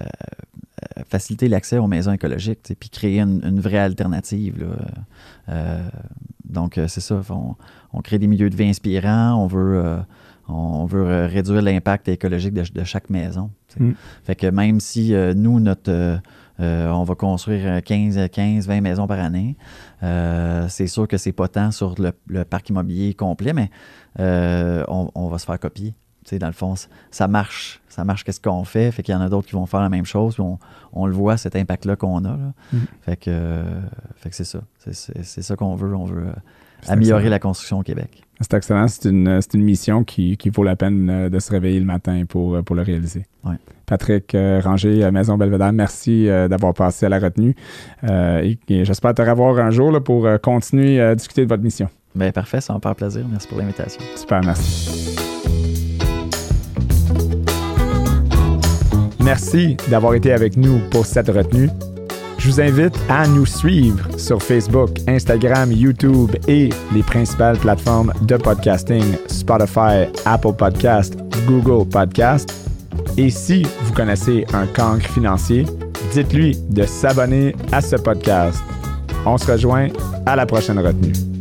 faciliter l'accès aux maisons écologiques, puis créer une, une vraie alternative, là. Euh, donc, c'est ça. On, on crée des milieux de vie inspirants. On veut, euh, on veut réduire l'impact écologique de, de chaque maison. Mm. Fait que même si euh, nous, notre... Euh, on va construire quinze, vingt maisons par année. Euh, c'est sûr que c'est pas tant sur le, le parc immobilier complet, mais euh, on, on va se faire copier. Tu sais, dans le fond, ça marche. Ça marche, qu'est-ce qu'on fait. Fait qu'il y en a d'autres qui vont faire la même chose. Puis on, on le voit, cet impact-là qu'on a. Là. Mm-hmm. Fait, que, euh, fait que c'est ça. C'est, c'est, c'est ça qu'on veut. On veut euh, améliorer excellent. La construction au Québec. C'est excellent. C'est une, c'est une mission qui, qui vaut la peine de se réveiller le matin pour, pour le réaliser. Ouais. Patrick euh, Ranger, Maison Belvédère, merci euh, d'avoir passé à la retenue. Euh, et, et j'espère te revoir un jour là, pour euh, continuer à discuter de votre mission. Bien, parfait, ça me fait plaisir. Merci pour l'invitation. Super, merci. Merci d'avoir été avec nous pour cette retenue. Je vous invite à nous suivre sur Facebook, Instagram, YouTube et les principales plateformes de podcasting, Spotify, Apple Podcast, Google Podcast. Et si vous connaissez un cancre financier, dites-lui de s'abonner à ce podcast. On se rejoint à la prochaine retenue.